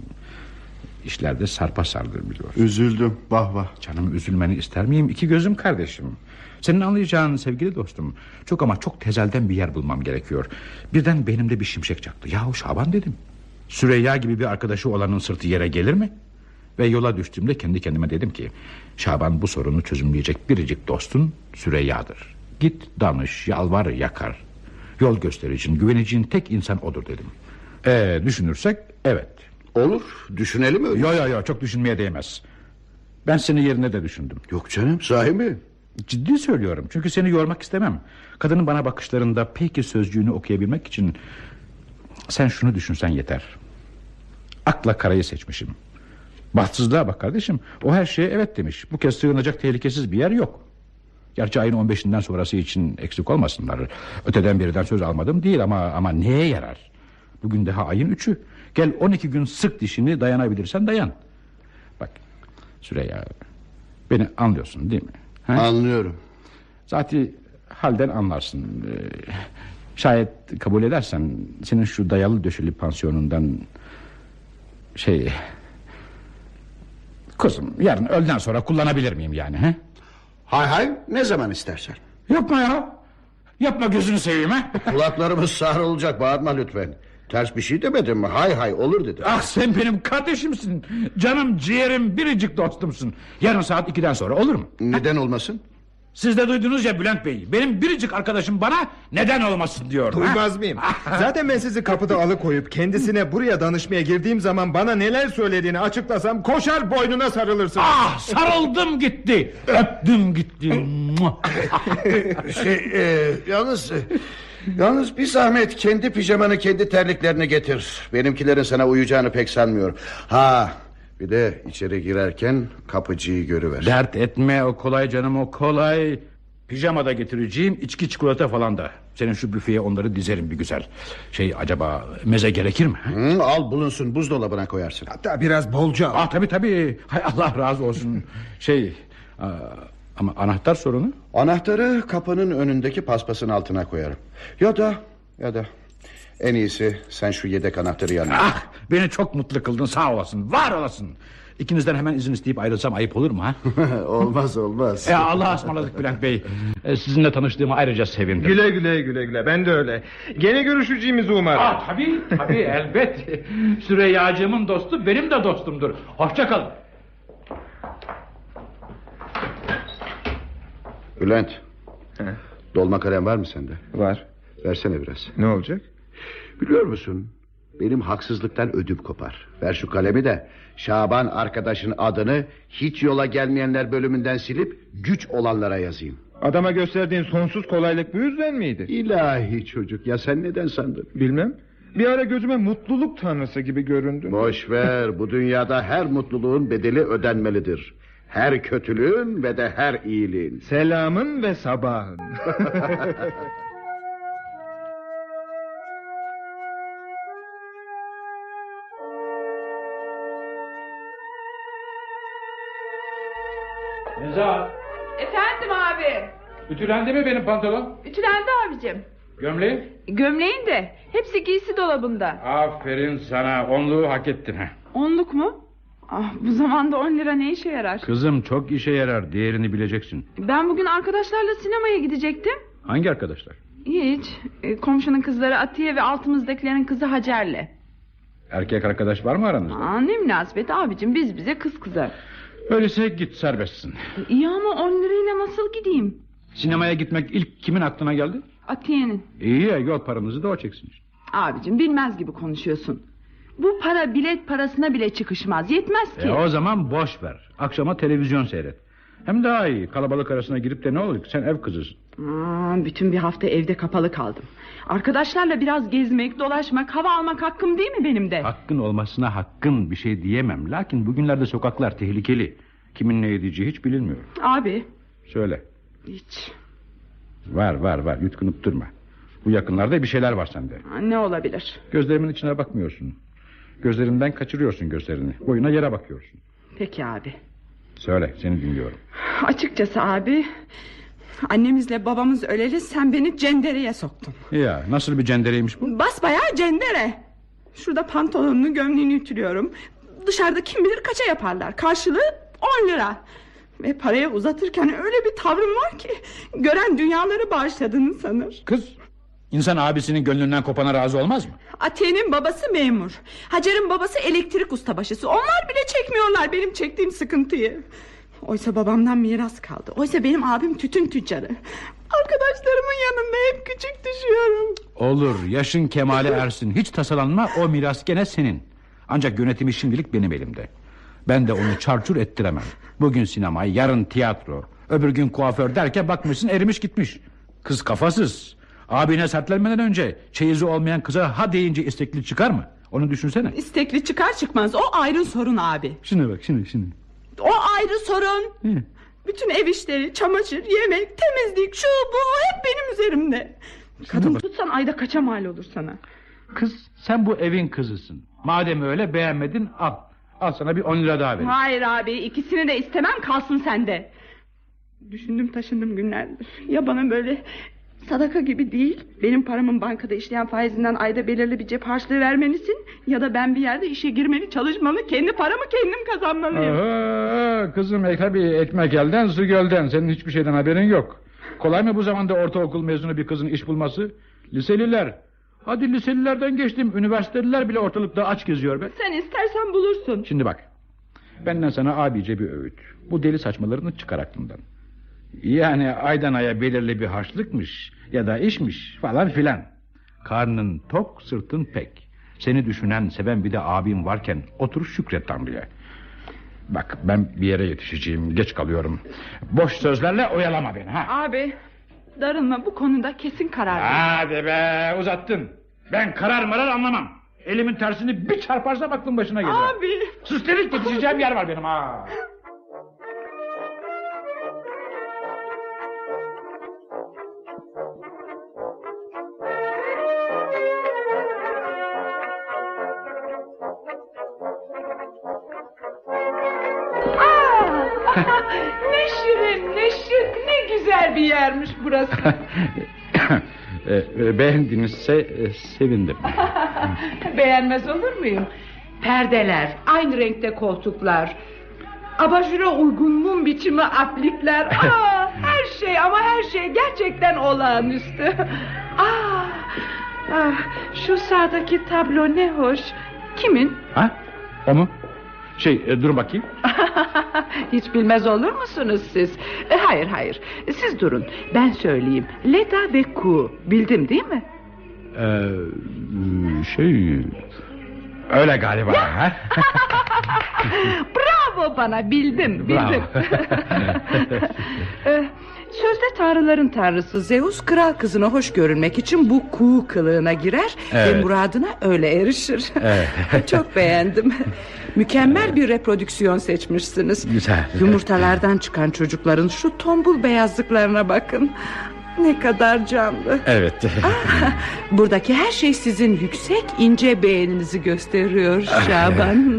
Speaker 6: İşlerde sarpa sardı biliyorsun.
Speaker 4: Üzüldüm, vah vah.
Speaker 6: Canım, üzülmeni ister miyim? İki gözüm kardeşim. Senin anlayacağın sevgili dostum, çok ama çok tezelden bir yer bulmam gerekiyor. Birden beynimde bir şimşek çaktı. Yahu Şaban dedim, Süreyya gibi bir arkadaşı olanın sırtı yere gelir mi? Ve yola düştüğümde kendi kendime dedim ki Şaban bu sorunu çözümleyecek biricik dostun Süreyya'dır. Git danış, yalvar, yakar. Yol göstericin, güveneceğin tek insan odur dedim. Ee, düşünürsek evet.
Speaker 4: Olur, düşünelim öyle.
Speaker 6: Yo yo yo, çok düşünmeye değmez. Ben senin yerine de düşündüm.
Speaker 4: Yok canım, sahi mi?
Speaker 6: Ciddi söylüyorum, çünkü seni yormak istemem. Kadının bana bakışlarında peki sözcüğünü okuyabilmek için sen şunu düşünsen yeter. Akla karayı seçmişim. Bahtsızlığa bak kardeşim. O her şeye evet demiş. Bu kez sığınacak tehlikesiz bir yer yok. Gerçi ayın on beşinden sonrası için eksik olmasınlar. Öteden biriden söz almadım değil ama ama neye yarar? Bugün daha ayın üçü. Gel on iki gün sık dişini, dayanabilirsen dayan. Bak Süreyya, beni anlıyorsun değil mi? Ha?
Speaker 4: Anlıyorum.
Speaker 6: Zaten halden anlarsın. Ee, şayet kabul edersen senin şu dayalı döşeli pansiyonundan şey... Kızım, yarın öğleden sonra kullanabilir miyim yani? He?
Speaker 4: Hay hay, ne zaman istersen.
Speaker 6: Yapma ya. Yapma, gözünü seveyim ha.
Speaker 4: Kulaklarımız sağır olacak, bağırma lütfen. Ters bir şey demedim mi? Hay hay olur dedim.
Speaker 6: Ah, sen benim kardeşimsin. Canım, ciğerim, biricik dostumsun. Yarın saat ikiden sonra olur mu?
Speaker 4: Neden olmasın?
Speaker 6: Siz de duydunuz ya Bülent Bey. Benim biricik arkadaşım bana neden olmasın diyor.
Speaker 5: Duymaz
Speaker 6: ha?
Speaker 5: mıyım? Zaten ben sizi kapıda alıkoyup kendisine buraya danışmaya girdiğim zaman bana neler söylediğini açıklasam koşar boynuna sarılırsınız.
Speaker 6: Ah, sarıldım gitti. Öptüm gitti.
Speaker 4: şey, e, yalnız e, yalnız bir zahmet kendi pijamanı, kendi terliklerini getir. Benimkilerin sana uyacağını pek sanmıyorum. Ha, bir de içeri girerken kapıcıyı görüver.
Speaker 6: Dert etme, o kolay canım, o kolay. Pijama da getireceğim, içki çikolata falan da. Senin şu büfeye onları dizerim bir güzel. Şey, acaba meze gerekir mi?
Speaker 4: Hı, al bulunsun, buzdolabına koyarsın.
Speaker 5: Hatta biraz bolca.
Speaker 6: Ah tabii tabii. Hay Allah razı olsun. Şey, aa, ama anahtar sorunu?
Speaker 4: Anahtarı kapının önündeki paspasın altına koyarım. Ya da ya da en iyisi sen şu yedek anahtarı yanına.
Speaker 6: Ah, beni çok mutlu kıldın, sağ olasın, var olasın. İkinizden hemen izin isteyip ayrılsam ayıp olur mu ha?
Speaker 4: Olmaz olmaz.
Speaker 6: E, Allah'a ısmarladık Bülent Bey. E, sizinle tanıştığıma ayrıca sevindim.
Speaker 5: Güle güle güle güle, ben de öyle. Gene görüşeceğimizi umarım.
Speaker 6: Ah, tabii tabii elbet. Süreyyacığımın dostu benim de dostumdur. Hoşça kalın.
Speaker 4: Bülent,
Speaker 5: He.
Speaker 4: dolma kalem var mı sende?
Speaker 5: Var.
Speaker 4: Versene biraz.
Speaker 5: Ne olacak?
Speaker 4: Biliyor musun, benim haksızlıktan ödüm kopar. Ver şu kalemi de Şaban arkadaşın adını hiç yola gelmeyenler bölümünden silip güç olanlara yazayım.
Speaker 5: Adama gösterdiğin sonsuz kolaylık bu yüzden miydi?
Speaker 4: İlahi çocuk, ya sen neden sandın?
Speaker 5: Bilmem. Bir ara gözüme mutluluk tanrısı gibi göründün.
Speaker 4: Boş ver, bu dünyada her mutluluğun bedeli ödenmelidir. Her kötülüğün ve de her iyiliğin.
Speaker 5: Selamın ve sabahın.
Speaker 6: Nezahat,
Speaker 7: Efendim abi.
Speaker 6: ütülendi mi benim pantolon?
Speaker 7: Ütülendi abicim.
Speaker 6: Gömleğin?
Speaker 7: Gömleğin de hepsi giysi dolabında.
Speaker 6: Aferin sana, onluğu hak ettin ha.
Speaker 7: Onluk mu? Ah, bu zamanda on lira ne işe yarar?
Speaker 6: Kızım, çok işe yarar, değerini bileceksin.
Speaker 7: Ben bugün arkadaşlarla sinemaya gidecektim.
Speaker 6: Hangi arkadaşlar?
Speaker 7: Hiç. E, komşunun kızları Atiye ve altımızdakilerin kızı Hacer'le.
Speaker 6: Erkek arkadaş var mı aranızda?
Speaker 7: Aa, ne münasebet abicim, biz bize kız kıza.
Speaker 6: Öyleyse git, serbestsin.
Speaker 7: E, iyi ama on lirayla nasıl gideyim?
Speaker 6: Sinemaya gitmek ilk kimin aklına geldi?
Speaker 7: Atiye'nin.
Speaker 6: İyi ya, yol paranızı da o çeksin işte.
Speaker 7: Abicim, bilmez gibi konuşuyorsun. Bu para bilet parasına bile çıkışmaz, yetmez ki.
Speaker 6: E o zaman boş ver. Akşama televizyon seyret. Hem daha iyi. Kalabalık arasına girip de ne olacak? Sen ev kızısın.
Speaker 7: Aa, bütün bir hafta evde kapalı kaldım. Arkadaşlarla biraz gezmek, dolaşmak, hava almak hakkım değil mi benim de?
Speaker 6: Hakkın olmasına hakkın, bir şey diyemem. Lakin bugünlerde sokaklar tehlikeli. Kimin ne edeceği hiç bilinmiyor.
Speaker 7: Abi.
Speaker 6: Söyle.
Speaker 7: Hiç.
Speaker 6: Var var var, yutkunup durma. Bu yakınlarda bir şeyler var sende.
Speaker 7: Ne olabilir?
Speaker 6: Gözlerimin içine bakmıyorsun. Gözlerinden kaçırıyorsun gözlerini. Boyuna yere bakıyorsun.
Speaker 7: Peki abi.
Speaker 6: Söyle, seni dinliyorum.
Speaker 7: Açıkçası abi, annemizle babamız öleli sen beni cendereye soktun.
Speaker 6: Ya, nasıl bir cendereymiş bu?
Speaker 7: Basbayağı cendere. Şurada pantolonunu gömleğini ütülüyorum. Dışarıda kim bilir kaça yaparlar. Karşılığı on lira. Ve parayı uzatırken öyle bir tavrım var ki gören dünyaları bağışladığını sanır.
Speaker 6: Kız, insan abisinin gönlünden kopana razı olmaz mı?
Speaker 7: Atiye'nin babası memur, Hacer'in babası elektrik ustabaşısı. Onlar bile çekmiyorlar benim çektiğim sıkıntıyı. Oysa babamdan miras kaldı. Oysa benim abim tütün tüccarı. Arkadaşlarımın yanında hep küçük düşüyorum.
Speaker 6: Olur, yaşın kemale ersin. Hiç tasalanma, o miras gene senin. Ancak yönetimi şimdilik benim elimde. Ben de onu çarçur ettiremem. Bugün sinema, yarın tiyatro, öbür gün kuaför derken bakmışsın erimiş gitmiş. Kız kafasız. Abine sertlenmeden önce çeyizi olmayan kıza ha deyince istekli çıkar mı? Onu düşünsene.
Speaker 7: İstekli çıkar çıkmaz o ayrı sorun abi.
Speaker 6: Şuna bak, şimdi şimdi.
Speaker 7: O ayrı sorun. Hı. Bütün ev işleri, çamaşır, yemek, temizlik, şu bu hep benim üzerimde. Kadın tutsan ayda kaça mal olur sana?
Speaker 6: Kız, sen bu evin kızısın. Madem öyle, beğenmedin, al. Al sana bir on lira daha vereyim.
Speaker 7: Hayır abi, ikisini de istemem, kalsın sende. Düşündüm taşındım günlerdir. Ya bana böyle sadaka gibi değil, benim paramın bankada işleyen faizinden ayda belirli bir cep harçlığı vermelisin, ya da ben bir yerde işe girmeli, çalışmalı, kendi paramı kendim kazanmalıyım.
Speaker 6: Aa, kızım tabii ekmek elden su gölden. Senin hiçbir şeyden haberin yok. Kolay mı bu zamanda ortaokul mezunu bir kızın iş bulması? Liseliler. Hadi liselilerden geçtim, üniversiteliler bile ortalıkta aç geziyor be.
Speaker 7: Sen istersen bulursun.
Speaker 6: Şimdi bak, benden sana abice bir öğüt. Bu deli saçmalarını çıkar aklından. Yani aydan aya belirli bir harçlıkmış ya da işmiş falan filan. Karnın tok, sırtın pek. Seni düşünen, seven bir de abim varken otur şükret Tanrı'ya. Bak, ben bir yere yetişeceğim, geç kalıyorum. Boş sözlerle oyalama beni ha.
Speaker 7: Abi, darılma, bu konuda kesin karar ver.
Speaker 6: Hadi be, uzattın. Ben karar marar anlamam. Elimin tersini bir çarparsam aklın başına gelir.
Speaker 7: Abi.
Speaker 6: Sus dedik, yetişeceğim yer var benim ha.
Speaker 8: Ne şirin, ne şık, ne güzel bir yermiş burası.
Speaker 6: Beğendinizse sevindim.
Speaker 8: Beğenmez olur muyum? Perdeler, aynı renkte koltuklar, abajüre uygun mum biçimi aplikler. Aa, her şey ama her şey gerçekten olağanüstü. Aa, ah, şu sağdaki tablo ne hoş. Kimin?
Speaker 6: Ha? O mu? Şey, e, dur bakayım.
Speaker 8: Hiç bilmez olur musunuz siz? E, hayır hayır, siz durun, ben söyleyeyim. Leda ve Ku, bildim değil mi?
Speaker 6: Ee, şey... Öyle galiba. Ha?
Speaker 8: Bravo bana, bildim bildim. e, Sözde tanrıların tanrısı Zeus kral kızına hoş görünmek için bu Ku kılığına girer, evet, ve muradına öyle erişir. Evet. Çok beğendim. Mükemmel bir reprodüksiyon seçmişsiniz.
Speaker 6: Güzel.
Speaker 8: Yumurtalardan çıkan çocukların şu tombul beyazlıklarına bakın. Ne kadar canlı.
Speaker 6: Evet.
Speaker 8: Ah, buradaki her şey sizin yüksek ince beğeninizi gösteriyor Şaban.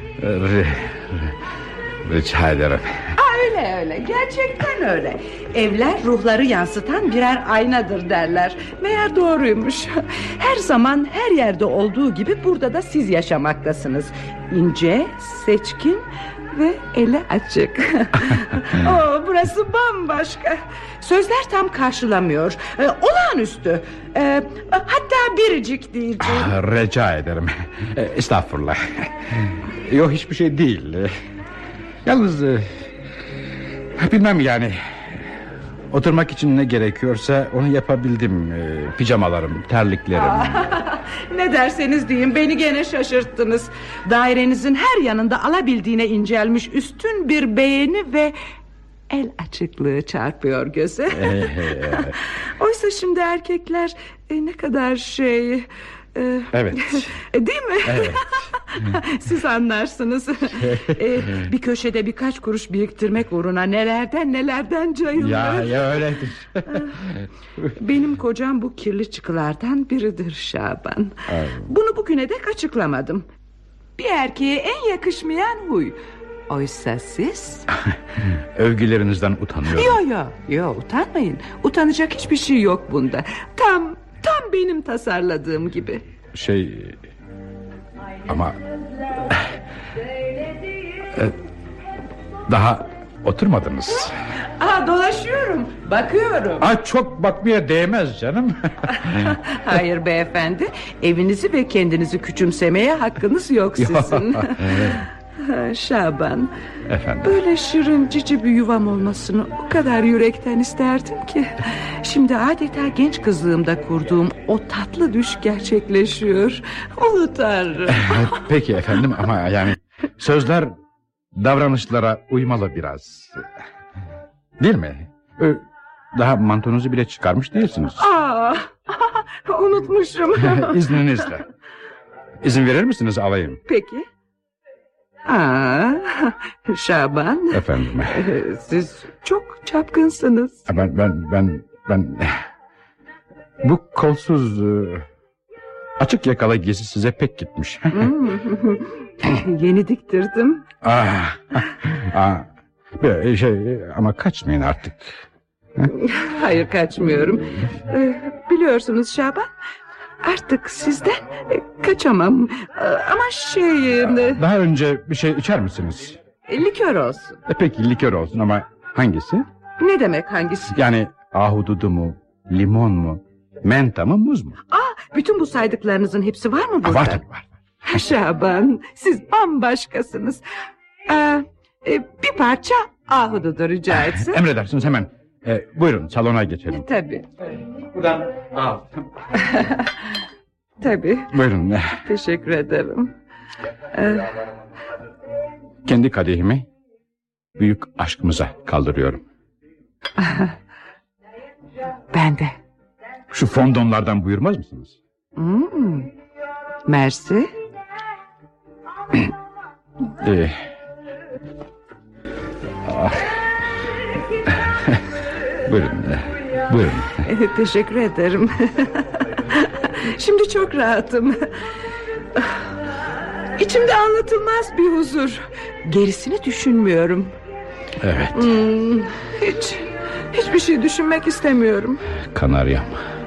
Speaker 6: Rica ederim.
Speaker 8: Öyle öyle, gerçekten öyle. Evler ruhları yansıtan birer aynadır derler. Meğer doğruymuş. Her zaman her yerde olduğu gibi burada da siz yaşamaktasınız. İnce, seçkin ve eli açık. Oo, burası bambaşka. Sözler tam karşılamıyor. Ee, olağanüstü. Ee, hatta biricik diyeceğim.
Speaker 6: Ah, rica ederim. Estağfurullah. Yok, hiçbir şey değil. Yalnız bilmem yani, oturmak için ne gerekiyorsa onu yapabildim. Pijamalarım, terliklerim.
Speaker 8: Ne derseniz deyin, beni gene şaşırttınız. Dairenizin her yanında alabildiğine incelmiş üstün bir beğeni ve el açıklığı çarpıyor göze. Oysa şimdi erkekler e, ne kadar şey... E,
Speaker 6: evet.
Speaker 8: Değil mi?
Speaker 6: Evet.
Speaker 8: Siz anlarsınız. ee, bir köşede birkaç kuruş biriktirmek uğruna nelerden nelerden cayılır.
Speaker 6: Ya, ya öyledir.
Speaker 8: Benim kocam bu kirli çıkılardan biridir Şaban. Ay. Bunu bugüne dek açıklamadım. Bir erkeğe en yakışmayan huy. Oysa siz...
Speaker 6: Övgülerinizden utanıyorum.
Speaker 8: Yok yok yo, utanmayın. Utanacak hiçbir şey yok bunda. Tam tam benim tasarladığım gibi.
Speaker 6: Şey... Ama... Daha oturmadınız.
Speaker 8: Aa, dolaşıyorum, bakıyorum.
Speaker 6: Aa, çok bakmaya değmez canım.
Speaker 8: Hayır beyefendi, evinizi ve kendinizi küçümsemeye hakkınız yok sizin. Ha, Şaban,
Speaker 6: Efendim?
Speaker 8: böyle şirin cici bir yuvam olmasını o kadar yürekten isterdim ki. Şimdi adeta genç kızlığımda kurduğum o tatlı düş gerçekleşiyor. Ulu Tanrım.
Speaker 6: Peki efendim, ama yani sözler davranışlara uymalı biraz. Değil mi? Ee, Daha mantonuzu bile çıkarmış değilsiniz.
Speaker 8: Aa, unutmuşum.
Speaker 6: İzninizle. İzin verir misiniz alayım?
Speaker 8: Peki. Aa, Şaban.
Speaker 6: Efendim.
Speaker 8: Siz çok çapkınsınız.
Speaker 6: Ben ben ben ben bu kolsuz e, açık yakalı giysi size pek gitmiş.
Speaker 8: Hmm. Yeni diktirdim.
Speaker 6: ah, ah, böyle şey ama kaçmayın artık.
Speaker 8: Hayır, kaçmıyorum. Ee, biliyorsunuz Şaban, artık sizden e, kaçamam. Ee, ama şey... e,
Speaker 6: Daha önce bir şey içer misiniz?
Speaker 8: likör olsun.
Speaker 6: E peki likör olsun ama hangisi?
Speaker 8: Ne demek hangisi?
Speaker 6: Yani ahududu mu, limon mu, menta mı, muz mu?
Speaker 8: Aa, bütün bu saydıklarınızın hepsi var mı burada?
Speaker 6: Var tabii var.
Speaker 8: Şaban, siz bambaşkasınız. Ee, e, bir parça ahududu rica etsem.
Speaker 6: Emredersiniz hemen. E, buyurun salona geçelim.
Speaker 8: Tabii.
Speaker 6: Buradan al.
Speaker 8: Tabii.
Speaker 6: Buyurun.
Speaker 8: Teşekkür ederim. Ee,
Speaker 6: Kendi kadehimi büyük aşkımıza kaldırıyorum.
Speaker 8: ben de.
Speaker 6: Şu fondonlardan buyurmaz mısınız?
Speaker 8: Hmm. Mersi.
Speaker 6: Ee, ah. Buyurun. Buyurun.
Speaker 8: Teşekkür ederim. Şimdi çok rahatım. İçimde anlatılmaz bir huzur. Gerisini düşünmüyorum.
Speaker 6: Evet.
Speaker 8: Hmm, hiç, hiçbir şey düşünmek istemiyorum.
Speaker 6: Kanaryam,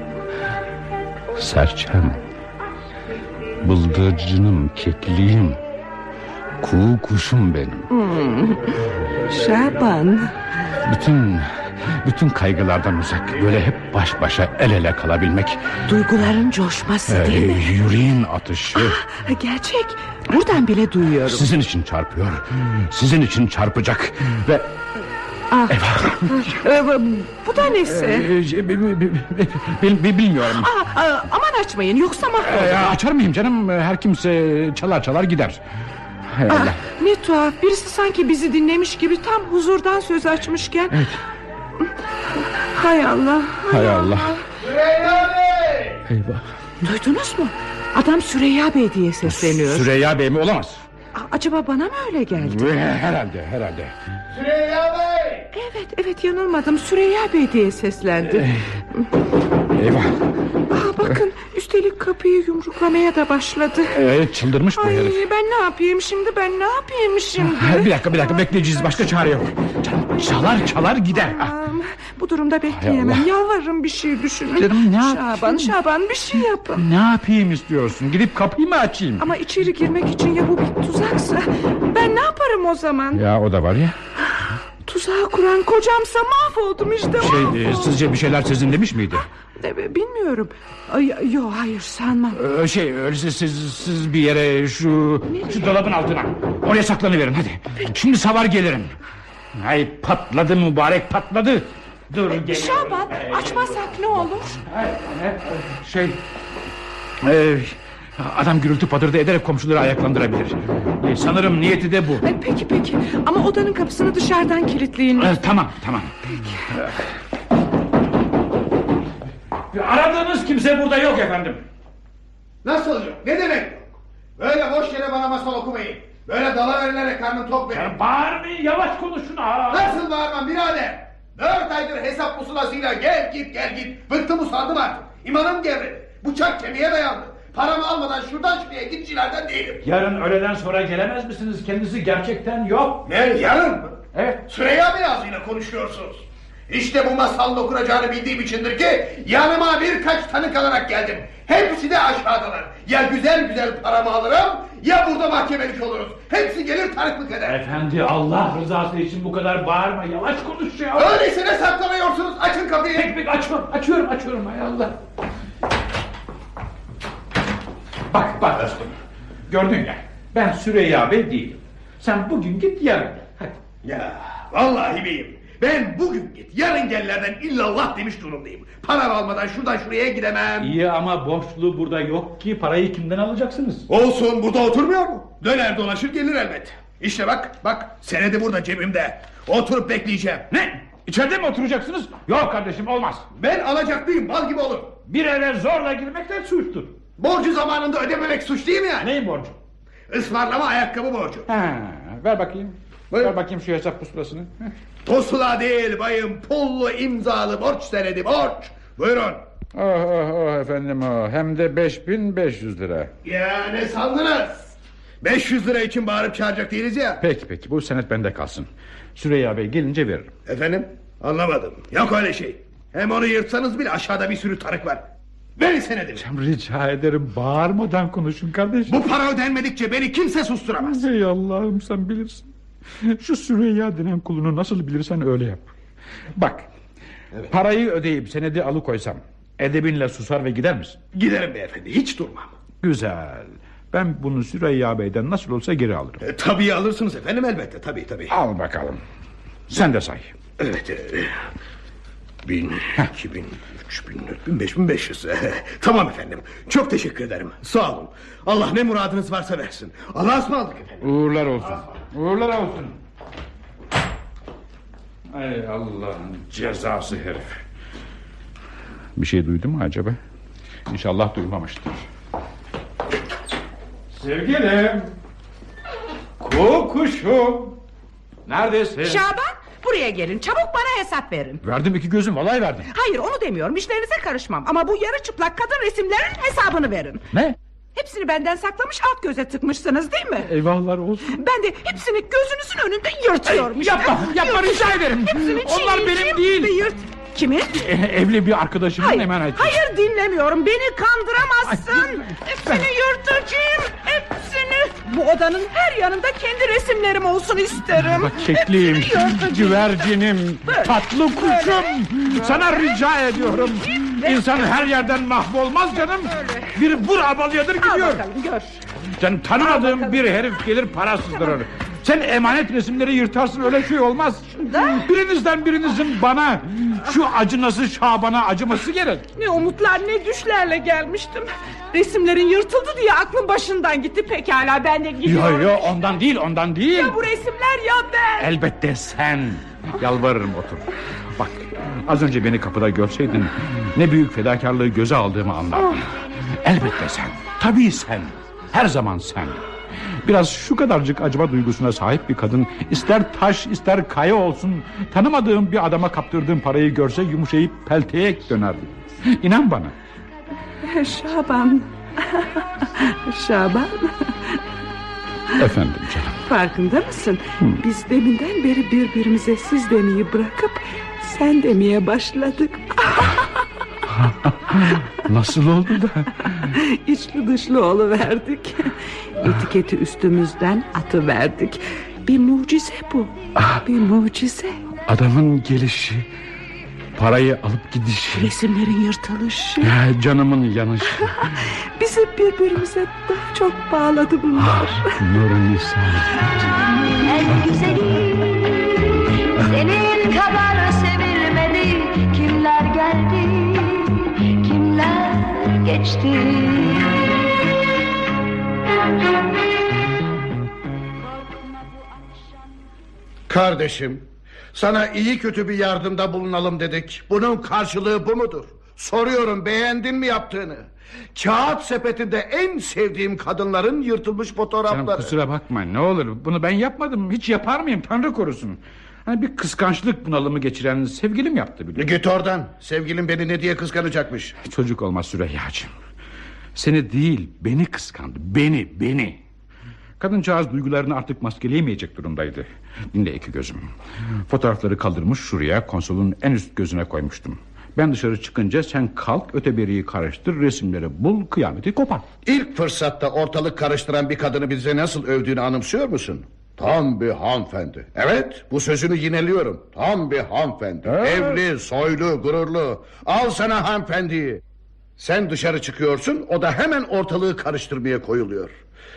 Speaker 6: serçem, bıldırcınım, kekliğim, kuğu kuşum benim.
Speaker 8: Hmm. Şaban.
Speaker 6: Bütün bütün kaygılardan uzak, böyle hep baş başa el ele kalabilmek.
Speaker 8: Duyguların coşması
Speaker 6: Ee,
Speaker 8: değil mi?
Speaker 6: yüreğin atışı.
Speaker 8: Ah, gerçek. Buradan bile duyuyorum.
Speaker 6: Sizin için çarpıyor. Sizin için çarpacak ve
Speaker 8: Ah. Ee, bu da nesi?
Speaker 6: Ee, bi- bi- bi- bi- bilmiyorum.
Speaker 8: Ah, ah, aman açmayın, yoksa mahvolur.
Speaker 6: Ee, açar mıyım canım? Her kimse çalar çalar gider. Hay Allah.
Speaker 8: Ah, ne tuhaf, birisi sanki bizi dinlemiş gibi tam huzurdan söz açmışken.
Speaker 6: Evet.
Speaker 8: Hay Allah.
Speaker 6: Hay Allah.
Speaker 3: Süreyya Bey!
Speaker 6: Eyvah.
Speaker 8: Duydunuz mu? Adam Süreyya Bey diye sesleniyor.
Speaker 6: Süreyya Bey mi? Olamaz.
Speaker 8: Aa, acaba bana mı öyle geldi?
Speaker 6: Herhalde herhalde.
Speaker 3: Süreyya Bey!
Speaker 8: Evet evet, yanılmadım, Süreyya Bey diye seslendi.
Speaker 6: Eyvah.
Speaker 8: Aa, bakın, üstelik kapıyı yumruklamaya da başladı.
Speaker 6: Ee, çıldırmış bu
Speaker 8: Ay,
Speaker 6: herif.
Speaker 8: ben ne yapayım şimdi, ben ne yapayım şimdi?
Speaker 6: Bir dakika bir dakika bekleyeceğiz, başka çare yok. Canım, çalar çalar gider.
Speaker 8: Aman, bu durumda bekleyemem.
Speaker 6: Allah.
Speaker 8: Yalvarırım, bir şey düşünün.
Speaker 6: Canım, ne
Speaker 8: Şaban,
Speaker 6: yapayım?
Speaker 8: Şaban, bir şey yapın.
Speaker 6: Ne yapayım istiyorsun? Gidip kapıyı mı açayım?
Speaker 8: Ama içeri girmek için ya bu bir tuzaksa, ben ne yaparım o zaman?
Speaker 6: Ya o da var ya.
Speaker 8: Tuzağı kuran kocamsa mahvoldum işte.
Speaker 6: Şey,
Speaker 8: mahvoldum.
Speaker 6: e, sizce bir şeyler sizin demiş miydi?
Speaker 8: E, Bilmiyorum. Ay, Yok, hayır, sanmam.
Speaker 6: Ee, şey öyleyse siz, siz bir yere şu şu dolabın altına, oraya saklanıverin hadi. Şimdi savar gelirim. Ay, patladı mübarek, patladı. Dur geliyorum.
Speaker 8: Şaban, açmazsak ne olur?
Speaker 6: Şey e, adam gürültü patırdı ederek komşuları ayaklandırabilir. E, sanırım niyeti de bu.
Speaker 8: Ay, peki peki, ama odanın kapısını dışarıdan kilitleyin.
Speaker 6: E, tamam tamam. E, aradığınız kimse burada yok efendim.
Speaker 3: Nasıl yok? Ne demek yok? Böyle boş yere bana masal okumayın. Böyle dalaverilerek karnım tok benim.
Speaker 6: Ya bağırmayın, yavaş konuşun. Aa.
Speaker 3: Nasıl bağırmam birader? Dört aydır hesap pusulasıyla gel git gel git. Bıktım usandım artık. İmanım gevredi. Bıçak kemiğe dayandı. Paramı almadan şuradan şuraya gitçilerden değilim.
Speaker 6: Yarın öğleden sonra gelemez misiniz? Kendisi gerçekten yok.
Speaker 3: Ne, yarın mı?
Speaker 6: Evet.
Speaker 3: Süreyya Bey ağzıyla konuşuyorsunuz. İşte bu masalın okunacağını bildiğim içindir ki yanıma birkaç tanık alarak geldim. Hepsi de aşağıdalar. Ya güzel güzel paramı alırım ya burada mahkemelik oluruz. Hepsi gelir tanıklık eder.
Speaker 6: Efendi, Allah rızası için bu kadar bağırma, yavaş konuş ya.
Speaker 3: Öyleyse ne saklanıyorsunuz? Açın kapıyı.
Speaker 6: Pek pek açmam, açıyorum açıyorum, hay Allah. Bak bak dostum, gördün ya, ben Süreyya Bey değilim. Sen bugün git yarın gel. Hadi.
Speaker 3: Ya vallahi beyim, ben bugün git yarın gellerden illallah demiş durumdayım. Para almadan şuradan şuraya gidemem.
Speaker 6: İyi ama borçlu burada yok ki, parayı kimden alacaksınız?
Speaker 3: Olsun, burada oturmuyor mu? Döner dolaşır gelir elbet. İşte bak bak, senedi burada cebimde. Oturup bekleyeceğim.
Speaker 6: Ne? İçeride mi oturacaksınız? Yok kardeşim, olmaz.
Speaker 3: Ben alacaklıyım, bal gibi olur.
Speaker 6: Bir eve zorla girmek de suçtur.
Speaker 3: Borcu zamanında ödememek suç değil mi yani?
Speaker 6: Neyin borcu?
Speaker 3: Ismarlama ayakkabı borcu.
Speaker 6: Ha, ver bakayım.
Speaker 3: Buyur.
Speaker 6: Ver bakayım şu hesap pusulasını.
Speaker 3: Pusula değil bayım, pullu imzalı borç senedi, borç. Buyurun.
Speaker 6: Oh oh oh efendim oh. Hem de beş bin beş yüz lira.
Speaker 3: Ya ne sandınız? beş yüz lira için bağırıp çağıracak değiliz ya.
Speaker 6: Peki peki, bu senet bende kalsın. Süreyya Bey gelince veririm.
Speaker 3: Efendim? Anlamadım. Yok öyle şey. Hem onu yırtsanız bile aşağıda bir sürü tanık var. Verin senedimi.
Speaker 6: Rica ederim, bağırmadan konuşun kardeşim.
Speaker 3: Bu para ödenmedikçe beni kimse susturamaz.
Speaker 6: Ey Allah'ım, sen bilirsin. Şu Süreyya denen kulunu nasıl bilirsen öyle yap. Bak, evet. Parayı ödeyip senedi alıkoysam edebinle susar ve gider misin?
Speaker 3: Giderim beyefendi, hiç durmam.
Speaker 6: Güzel. Ben bunu Süreyya Bey'den nasıl olsa geri alırım.
Speaker 3: E, tabii alırsınız efendim, elbette, tabii tabii.
Speaker 6: Al bakalım. Sen de say.
Speaker 3: Evet. E, bin, iki bin, üç bin, dört bin, beş bin beş yüz. Tamam efendim. Çok teşekkür ederim. Sağ olun. Allah ne muradınız varsa versin. Allah'a ısmarladık efendim.
Speaker 6: Uğurlar olsun. Uğurlar olsun. Ay Allah'ın cezası herif. Bir şey duydu mu acaba? İnşallah duymamıştır. Sevgilim. Kukuşum. Neredesin?
Speaker 8: Şaban, buraya gelin, çabuk bana hesap verin.
Speaker 6: Verdim iki gözüm, vallahi verdim.
Speaker 8: Hayır, onu demiyorum, işlerinize karışmam. Ama bu yarı çıplak kadın resimlerin hesabını verin.
Speaker 6: Ne?
Speaker 8: Hepsini benden saklamış, alt göze tıkmışsınız değil mi?
Speaker 6: Eyvahlar olsun.
Speaker 8: Ben de hepsini gözünüzün önünde yırtıyorum.
Speaker 6: Ey, yapma, yapma rica ederim. Onlar benim değil.
Speaker 8: Yırt. Kimin?
Speaker 6: E, evli bir arkadaşımın
Speaker 8: hayır,
Speaker 6: emaneti.
Speaker 8: Hayır, dinlemiyorum, beni kandıramazsın. Ay, hepsini yırtacağım, hepsini. Bu odanın her yanında kendi resimlerim olsun isterim.
Speaker 6: Bak kekliğim, güvercinim, böyle, tatlı kuşum. Böyle. Sana rica ediyorum. İnsan her yerden mahvolmaz canım. Böyle. Bir vur abalyadır gidiyor.
Speaker 8: Al bakalım, gör.
Speaker 6: Sen tanımadığın bir herif gelir para sızdırır. Tamam. Sen emanet resimleri yırtarsın, öyle şey olmaz. Da? Birinizden birinizin bana şu acınası Şaban'a acıması gerek.
Speaker 8: Ne umutlar ne düşlerle gelmiştim. Resimlerin yırtıldı diye aklım başından gitti, pekala ben de gidiyorum.
Speaker 6: Yok yok, ondan değil ondan değil.
Speaker 8: Ya bu resimler ya ben.
Speaker 6: Elbette sen. Yalvarırım otur. Bak, az önce beni kapıda görseydin ne büyük fedakarlığı göze aldığımı anlardın. Oh. Elbette sen. Tabii sen. Her zaman sen. Biraz şu kadarcık acıma duygusuna sahip bir kadın, ister taş ister kaya olsun, tanımadığım bir adama kaptırdığım parayı görse yumuşayıp pelteye dönerdi. İnan bana.
Speaker 8: Şaban. Şaban.
Speaker 6: Efendim canım.
Speaker 8: Farkında mısın? Hı. Biz deminden beri birbirimize siz demeyi bırakıp sen demeye başladık.
Speaker 6: Nasıl oldu da?
Speaker 8: İçli dışlı oluverdik. Etiketi üstümüzden atıverdik. Bir mucize bu. Bir mucize.
Speaker 6: Adamın gelişi, parayı alıp gidişi,
Speaker 8: resimlerin yırtılışı,
Speaker 6: ya, canımın yanışı.
Speaker 8: Bizi birbirimize daha çok bağladı bunlar.
Speaker 6: Ah, Nur'un Nisa.
Speaker 9: En güzeli senin kadar sevilmedi. Kimler geldi, kimler geçti.
Speaker 4: Kardeşim, sana iyi kötü bir yardımda bulunalım dedik. Bunun karşılığı bu mudur? Soruyorum, beğendin mi yaptığını? Kağıt sepetinde en sevdiğim kadınların yırtılmış fotoğrafları.
Speaker 6: Canım kusura bakma, ne olur, bunu ben yapmadım. Hiç yapar mıyım, Tanrı korusun. Hani bir kıskançlık bunalımı geçiren sevgilim yaptı bile.
Speaker 4: Git oradan, sevgilim beni ne diye kıskanacakmış?
Speaker 6: Çocuk olmaz Süreyya'cığım. Seni değil, beni kıskandı. Beni, beni. Kadıncağız duygularını artık maskeleyemeyecek durumdaydı. Dinle iki gözüm. Fotoğrafları kaldırmış şuraya, konsolun en üst gözüne koymuştum. Ben dışarı çıkınca sen kalk, öteberiyi karıştır, resimleri bul, kıyameti kopar.
Speaker 4: İlk fırsatta ortalık karıştıran bir kadını bize nasıl övdüğünü anımsıyor musun? Tam bir hanımefendi. Evet, bu sözünü yineliyorum. Tam bir hanımefendi. Evet. Evli, soylu, gururlu. Al sana hanımefendiyi. Sen dışarı çıkıyorsun, o da hemen ortalığı karıştırmaya koyuluyor.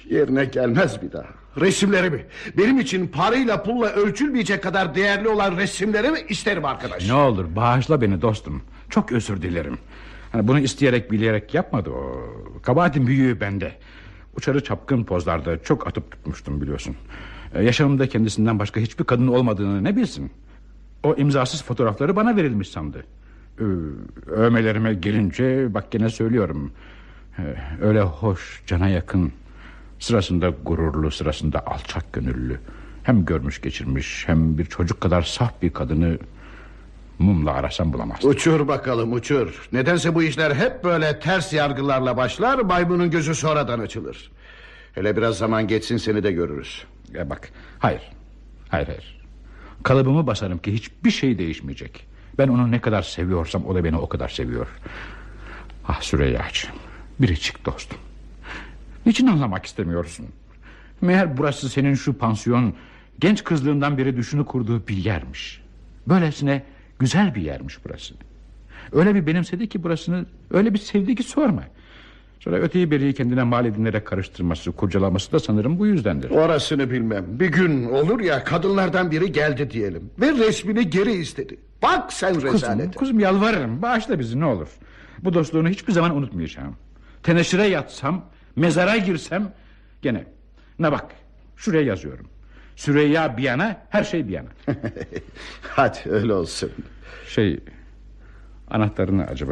Speaker 4: Yerine gelmez bir daha. Resimlerimi, benim için parayla pulla ölçülmeyecek kadar değerli olan resimlerimi isterim arkadaş.
Speaker 6: Ne olur bağışla beni dostum. Çok özür dilerim. Hani bunu isteyerek bileyerek yapmadı o. Kabahatin büyüğü bende. Uçarı çapkın pozlarda çok atıp tutmuştum biliyorsun. Ee, yaşamımda kendisinden başka hiçbir kadın olmadığını ne bilsin. O imzasız fotoğrafları bana verilmiş sandı. Ee, övmelerime gelince bak gene söylüyorum. Ee, öyle hoş, cana yakın, sırasında gururlu, sırasında alçak gönüllü, hem görmüş geçirmiş hem bir çocuk kadar saf bir kadını mumla arasam bulamazsın.
Speaker 4: Uçur bakalım uçur. Nedense bu işler hep böyle ters yargılarla başlar, maymunun gözü sonradan açılır. Hele biraz zaman geçsin, seni de görürüz.
Speaker 6: Ya bak, hayır, hayır hayır. Kalıbımı basarım ki hiçbir şey değişmeyecek. Ben onu ne kadar seviyorsam o da beni o kadar seviyor. Ah Süreyya'cığım, biricik dostum. Niçin anlamak istemiyorsun? Meğer burası senin şu pansiyon genç kızlığından beri düşünü kurduğu bir yermiş. Böylesine güzel bir yermiş burası. Öyle bir benimsedi ki burasını, öyle bir sevdi ki sorma. Sonra öteyi beriyi kendine mal edinerek karıştırması, kurcalaması da sanırım bu yüzdendir.
Speaker 4: Orasını bilmem. Bir gün olur ya, kadınlardan biri geldi diyelim ve resmini geri istedi. Bak sen rezalete.
Speaker 6: Kuzum, kuzum yalvarırım, bağışla bizi ne olur. Bu dostluğunu hiçbir zaman unutmayacağım. Teneşire yatsam, mezara girsem gene. Ne bak, şuraya yazıyorum. Süreyya bir yana, her şey bir yana.
Speaker 4: Hadi öyle olsun.
Speaker 6: Şey, anahtarını acaba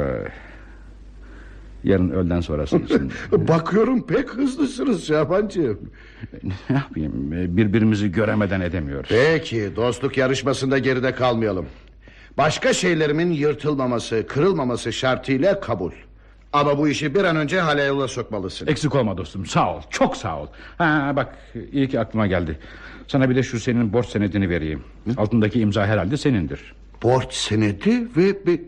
Speaker 6: yarın öğleden sonrası için.
Speaker 4: Bakıyorum pek hızlısınız Şabancığım.
Speaker 6: Ne yapayım, birbirimizi göremeden edemiyoruz.
Speaker 4: Peki, dostluk yarışmasında geride kalmayalım. Başka şeylerimin yırtılmaması, kırılmaması şartıyla kabul. Ama bu işi bir an önce hale yola sokmalısın.
Speaker 6: Eksik olma dostum, sağ ol, çok sağ ol. Ha, bak iyi ki aklıma geldi. Sana bir de şu senin borç senedini vereyim. Hı? Altındaki imza herhalde senindir.
Speaker 4: Borç senedi ve bir...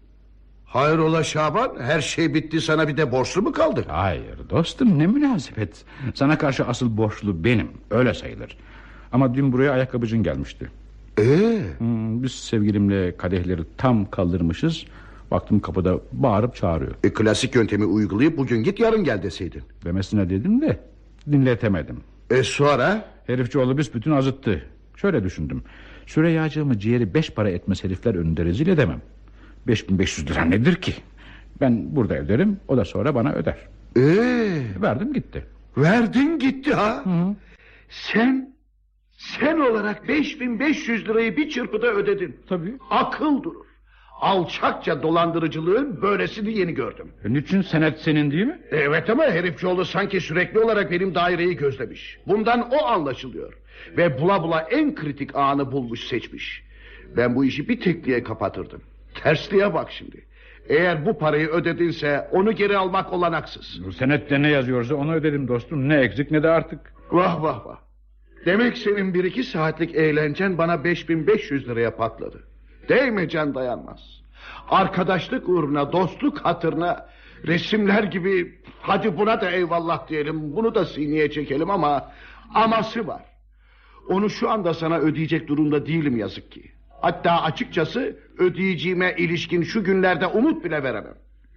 Speaker 4: Hayrola Şaban, her şey bitti, sana bir de borçlu mu kaldı?
Speaker 6: Hayır dostum, ne münasebet. Sana karşı asıl borçlu benim, öyle sayılır. Ama dün buraya ayakkabıcın gelmişti.
Speaker 4: Ee?
Speaker 6: Hmm, biz sevgilimle kadehleri tam kaldırmışız. Baktım kapıda bağırıp çağırıyor.
Speaker 4: E, klasik yöntemi uygulayıp bugün git yarın gel deseydin.
Speaker 6: Demesine dedim de dinletemedim.
Speaker 4: E sonra?
Speaker 6: Herifçioğlu büsbütün azıttı. Şöyle düşündüm. Süreyyacığımı ciğeri beş para etmez herifler önünde rezil edemem. Beş bin beş yüz lira nedir ki? Ben burada öderim, o da sonra bana öder.
Speaker 4: Ee?
Speaker 6: Verdim gitti.
Speaker 4: Verdin gitti ha?
Speaker 6: Hı.
Speaker 4: Sen Sen olarak beş bin beş yüz lirayı bir çırpıda ödedin.
Speaker 6: Tabii.
Speaker 4: Akıl durur. Alçakça dolandırıcılığın böylesini yeni gördüm.
Speaker 6: E, niçin senet senin değil mi?
Speaker 4: Evet ama herifçioğlu sanki sürekli olarak benim daireyi gözlemiş. Bundan o anlaşılıyor. Ve bula bula en kritik anı bulmuş, seçmiş. Ben bu işi bir tekliğe kapatırdım. Tersliğe bak şimdi. Eğer bu parayı ödedinse onu geri almak olanaksız.
Speaker 6: Bu senette ne yazıyorsa onu ödedim dostum. Ne eksik ne de artık.
Speaker 4: Vah vah vah. Demek senin bir iki saatlik eğlencen bana beş bin beş yüz liraya patladı. Değme can dayanmaz. Arkadaşlık uğruna, dostluk hatırına, resimler gibi, hadi buna da eyvallah diyelim, bunu da sineye çekelim ama aması var. Onu şu anda sana ödeyecek durumda değilim yazık ki. Hatta açıkçası ödeyeceğime ilişkin şu günlerde umut bile veremem.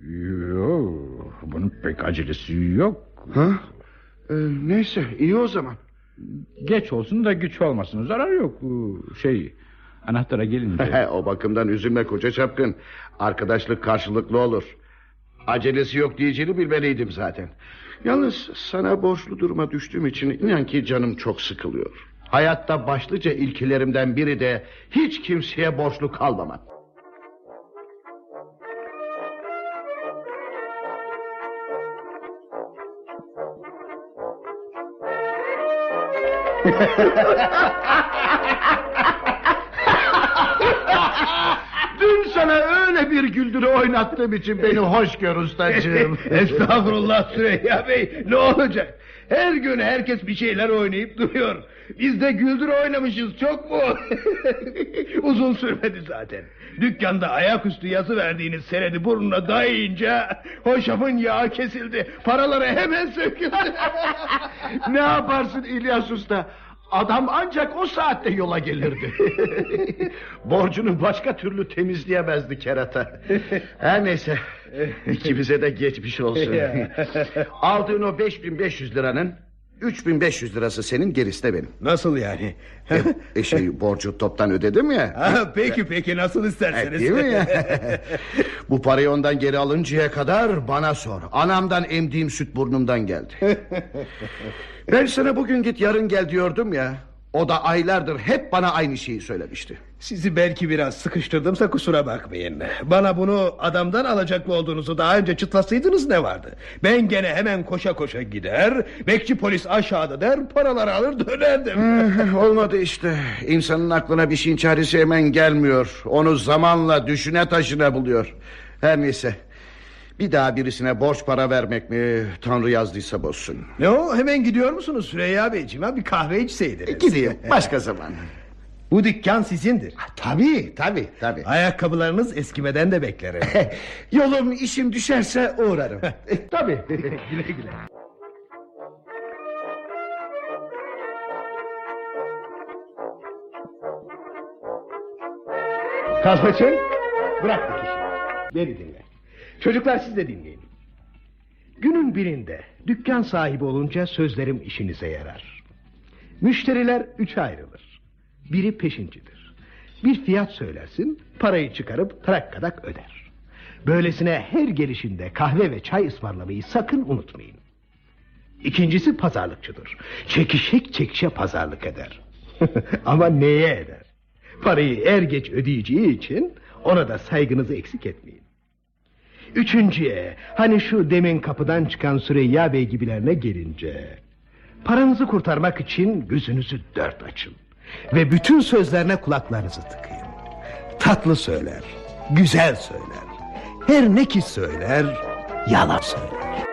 Speaker 6: Yok, bunun pek acelesi yok.
Speaker 4: Ha? Ee, neyse iyi o zaman.
Speaker 6: Geç olsun da güç olmasın, zarar yok. Şey, anahtara gelince.
Speaker 4: O bakımdan üzülme koca çapkın. Arkadaşlık karşılıklı olur. Acelesi yok diyeceğini bilmeliydim zaten. Yalnız sana borçlu duruma düştüğüm için inan ki canım çok sıkılıyor. Hayatta başlıca ilkelerimden biri de hiç kimseye borçlu kalmamak. Dün sana öyle bir güldürü oynattığım için beni hoş gör ustacığım.
Speaker 3: Estağfurullah Süreyya Bey, ne olacak? Her gün herkes bir şeyler oynayıp duruyor. Biz de güldür oynamışız, çok mu? Uzun sürmedi zaten. Dükkanda ayaküstü yazı verdiğiniz senedi burnuna dayayınca hoşafın yağı kesildi. Paraları hemen söküldü.
Speaker 4: Ne yaparsın İlyas Usta? Adam ancak o saatte yola gelirdi. Borcunu başka türlü temizleyemezdi kerata. Her neyse, ikimize de geçmiş olsun. Aldığın o beş bin beş yüz liranın Üç bin beş yüz lirası senin, gerisi de benim.
Speaker 3: Nasıl yani?
Speaker 4: E, e şey borcu toptan ödedim ya.
Speaker 3: Ha, peki peki nasıl isterseniz.
Speaker 4: E, değil mi ya? Bu parayı ondan geri alıncaya kadar bana sor. Anamdan emdiğim süt burnumdan geldi. Ben sana bugün git yarın gel diyordum ya. O da aylardır hep bana aynı şeyi söylemişti.
Speaker 3: Sizi belki biraz sıkıştırdımsa kusura bakmayın. Bana bunu adamdan alacaklı olduğunuzu daha önce çıtlasaydınız ne vardı? Ben gene hemen koşa koşa gider, bekçi polis aşağıda der, paraları alır dönerdim.
Speaker 4: Olmadı işte. İnsanın aklına bir şeyin çaresi hemen gelmiyor. Onu zamanla düşüne taşına buluyor. Her neyse. Bir daha birisine borç para vermek mi Tanrı yazdıysa bozsun.
Speaker 3: Ne o, hemen gidiyor musunuz Süreyya Beyciğim? Ha, bir kahve içseydiniz.
Speaker 4: E, gideyim başka zaman.
Speaker 3: Bu dükkan sizindir.
Speaker 4: Ha, tabii tabii tabii.
Speaker 3: Ayakkabılarınız eskimeden de beklerim.
Speaker 4: Yolum işim düşerse uğrarım.
Speaker 3: e, tabii. Güle güle. Kalfacığım, bıraktık işi. Beni dinle. Çocuklar siz de dinleyin. Günün birinde dükkan sahibi olunca sözlerim işinize yarar. Müşteriler üçe ayrılır. Biri peşincidir. Bir fiyat söylersin, parayı çıkarıp trakkadak öder. Böylesine her gelişinde kahve ve çay ısmarlamayı sakın unutmayın. İkincisi pazarlıkçıdır. Çekişek çekişe pazarlık eder. Ama neye eder? Parayı er geç ödeyeceği için ona da saygınızı eksik etmeyin. Üçüncüye, hani şu demin kapıdan çıkan Süreyya Bey gibilerine gelince, paranızı kurtarmak için gözünüzü dört açın ve bütün sözlerine kulaklarınızı tıkayın. Tatlı söyler, güzel söyler, her ne ki söyler, yalan söyler.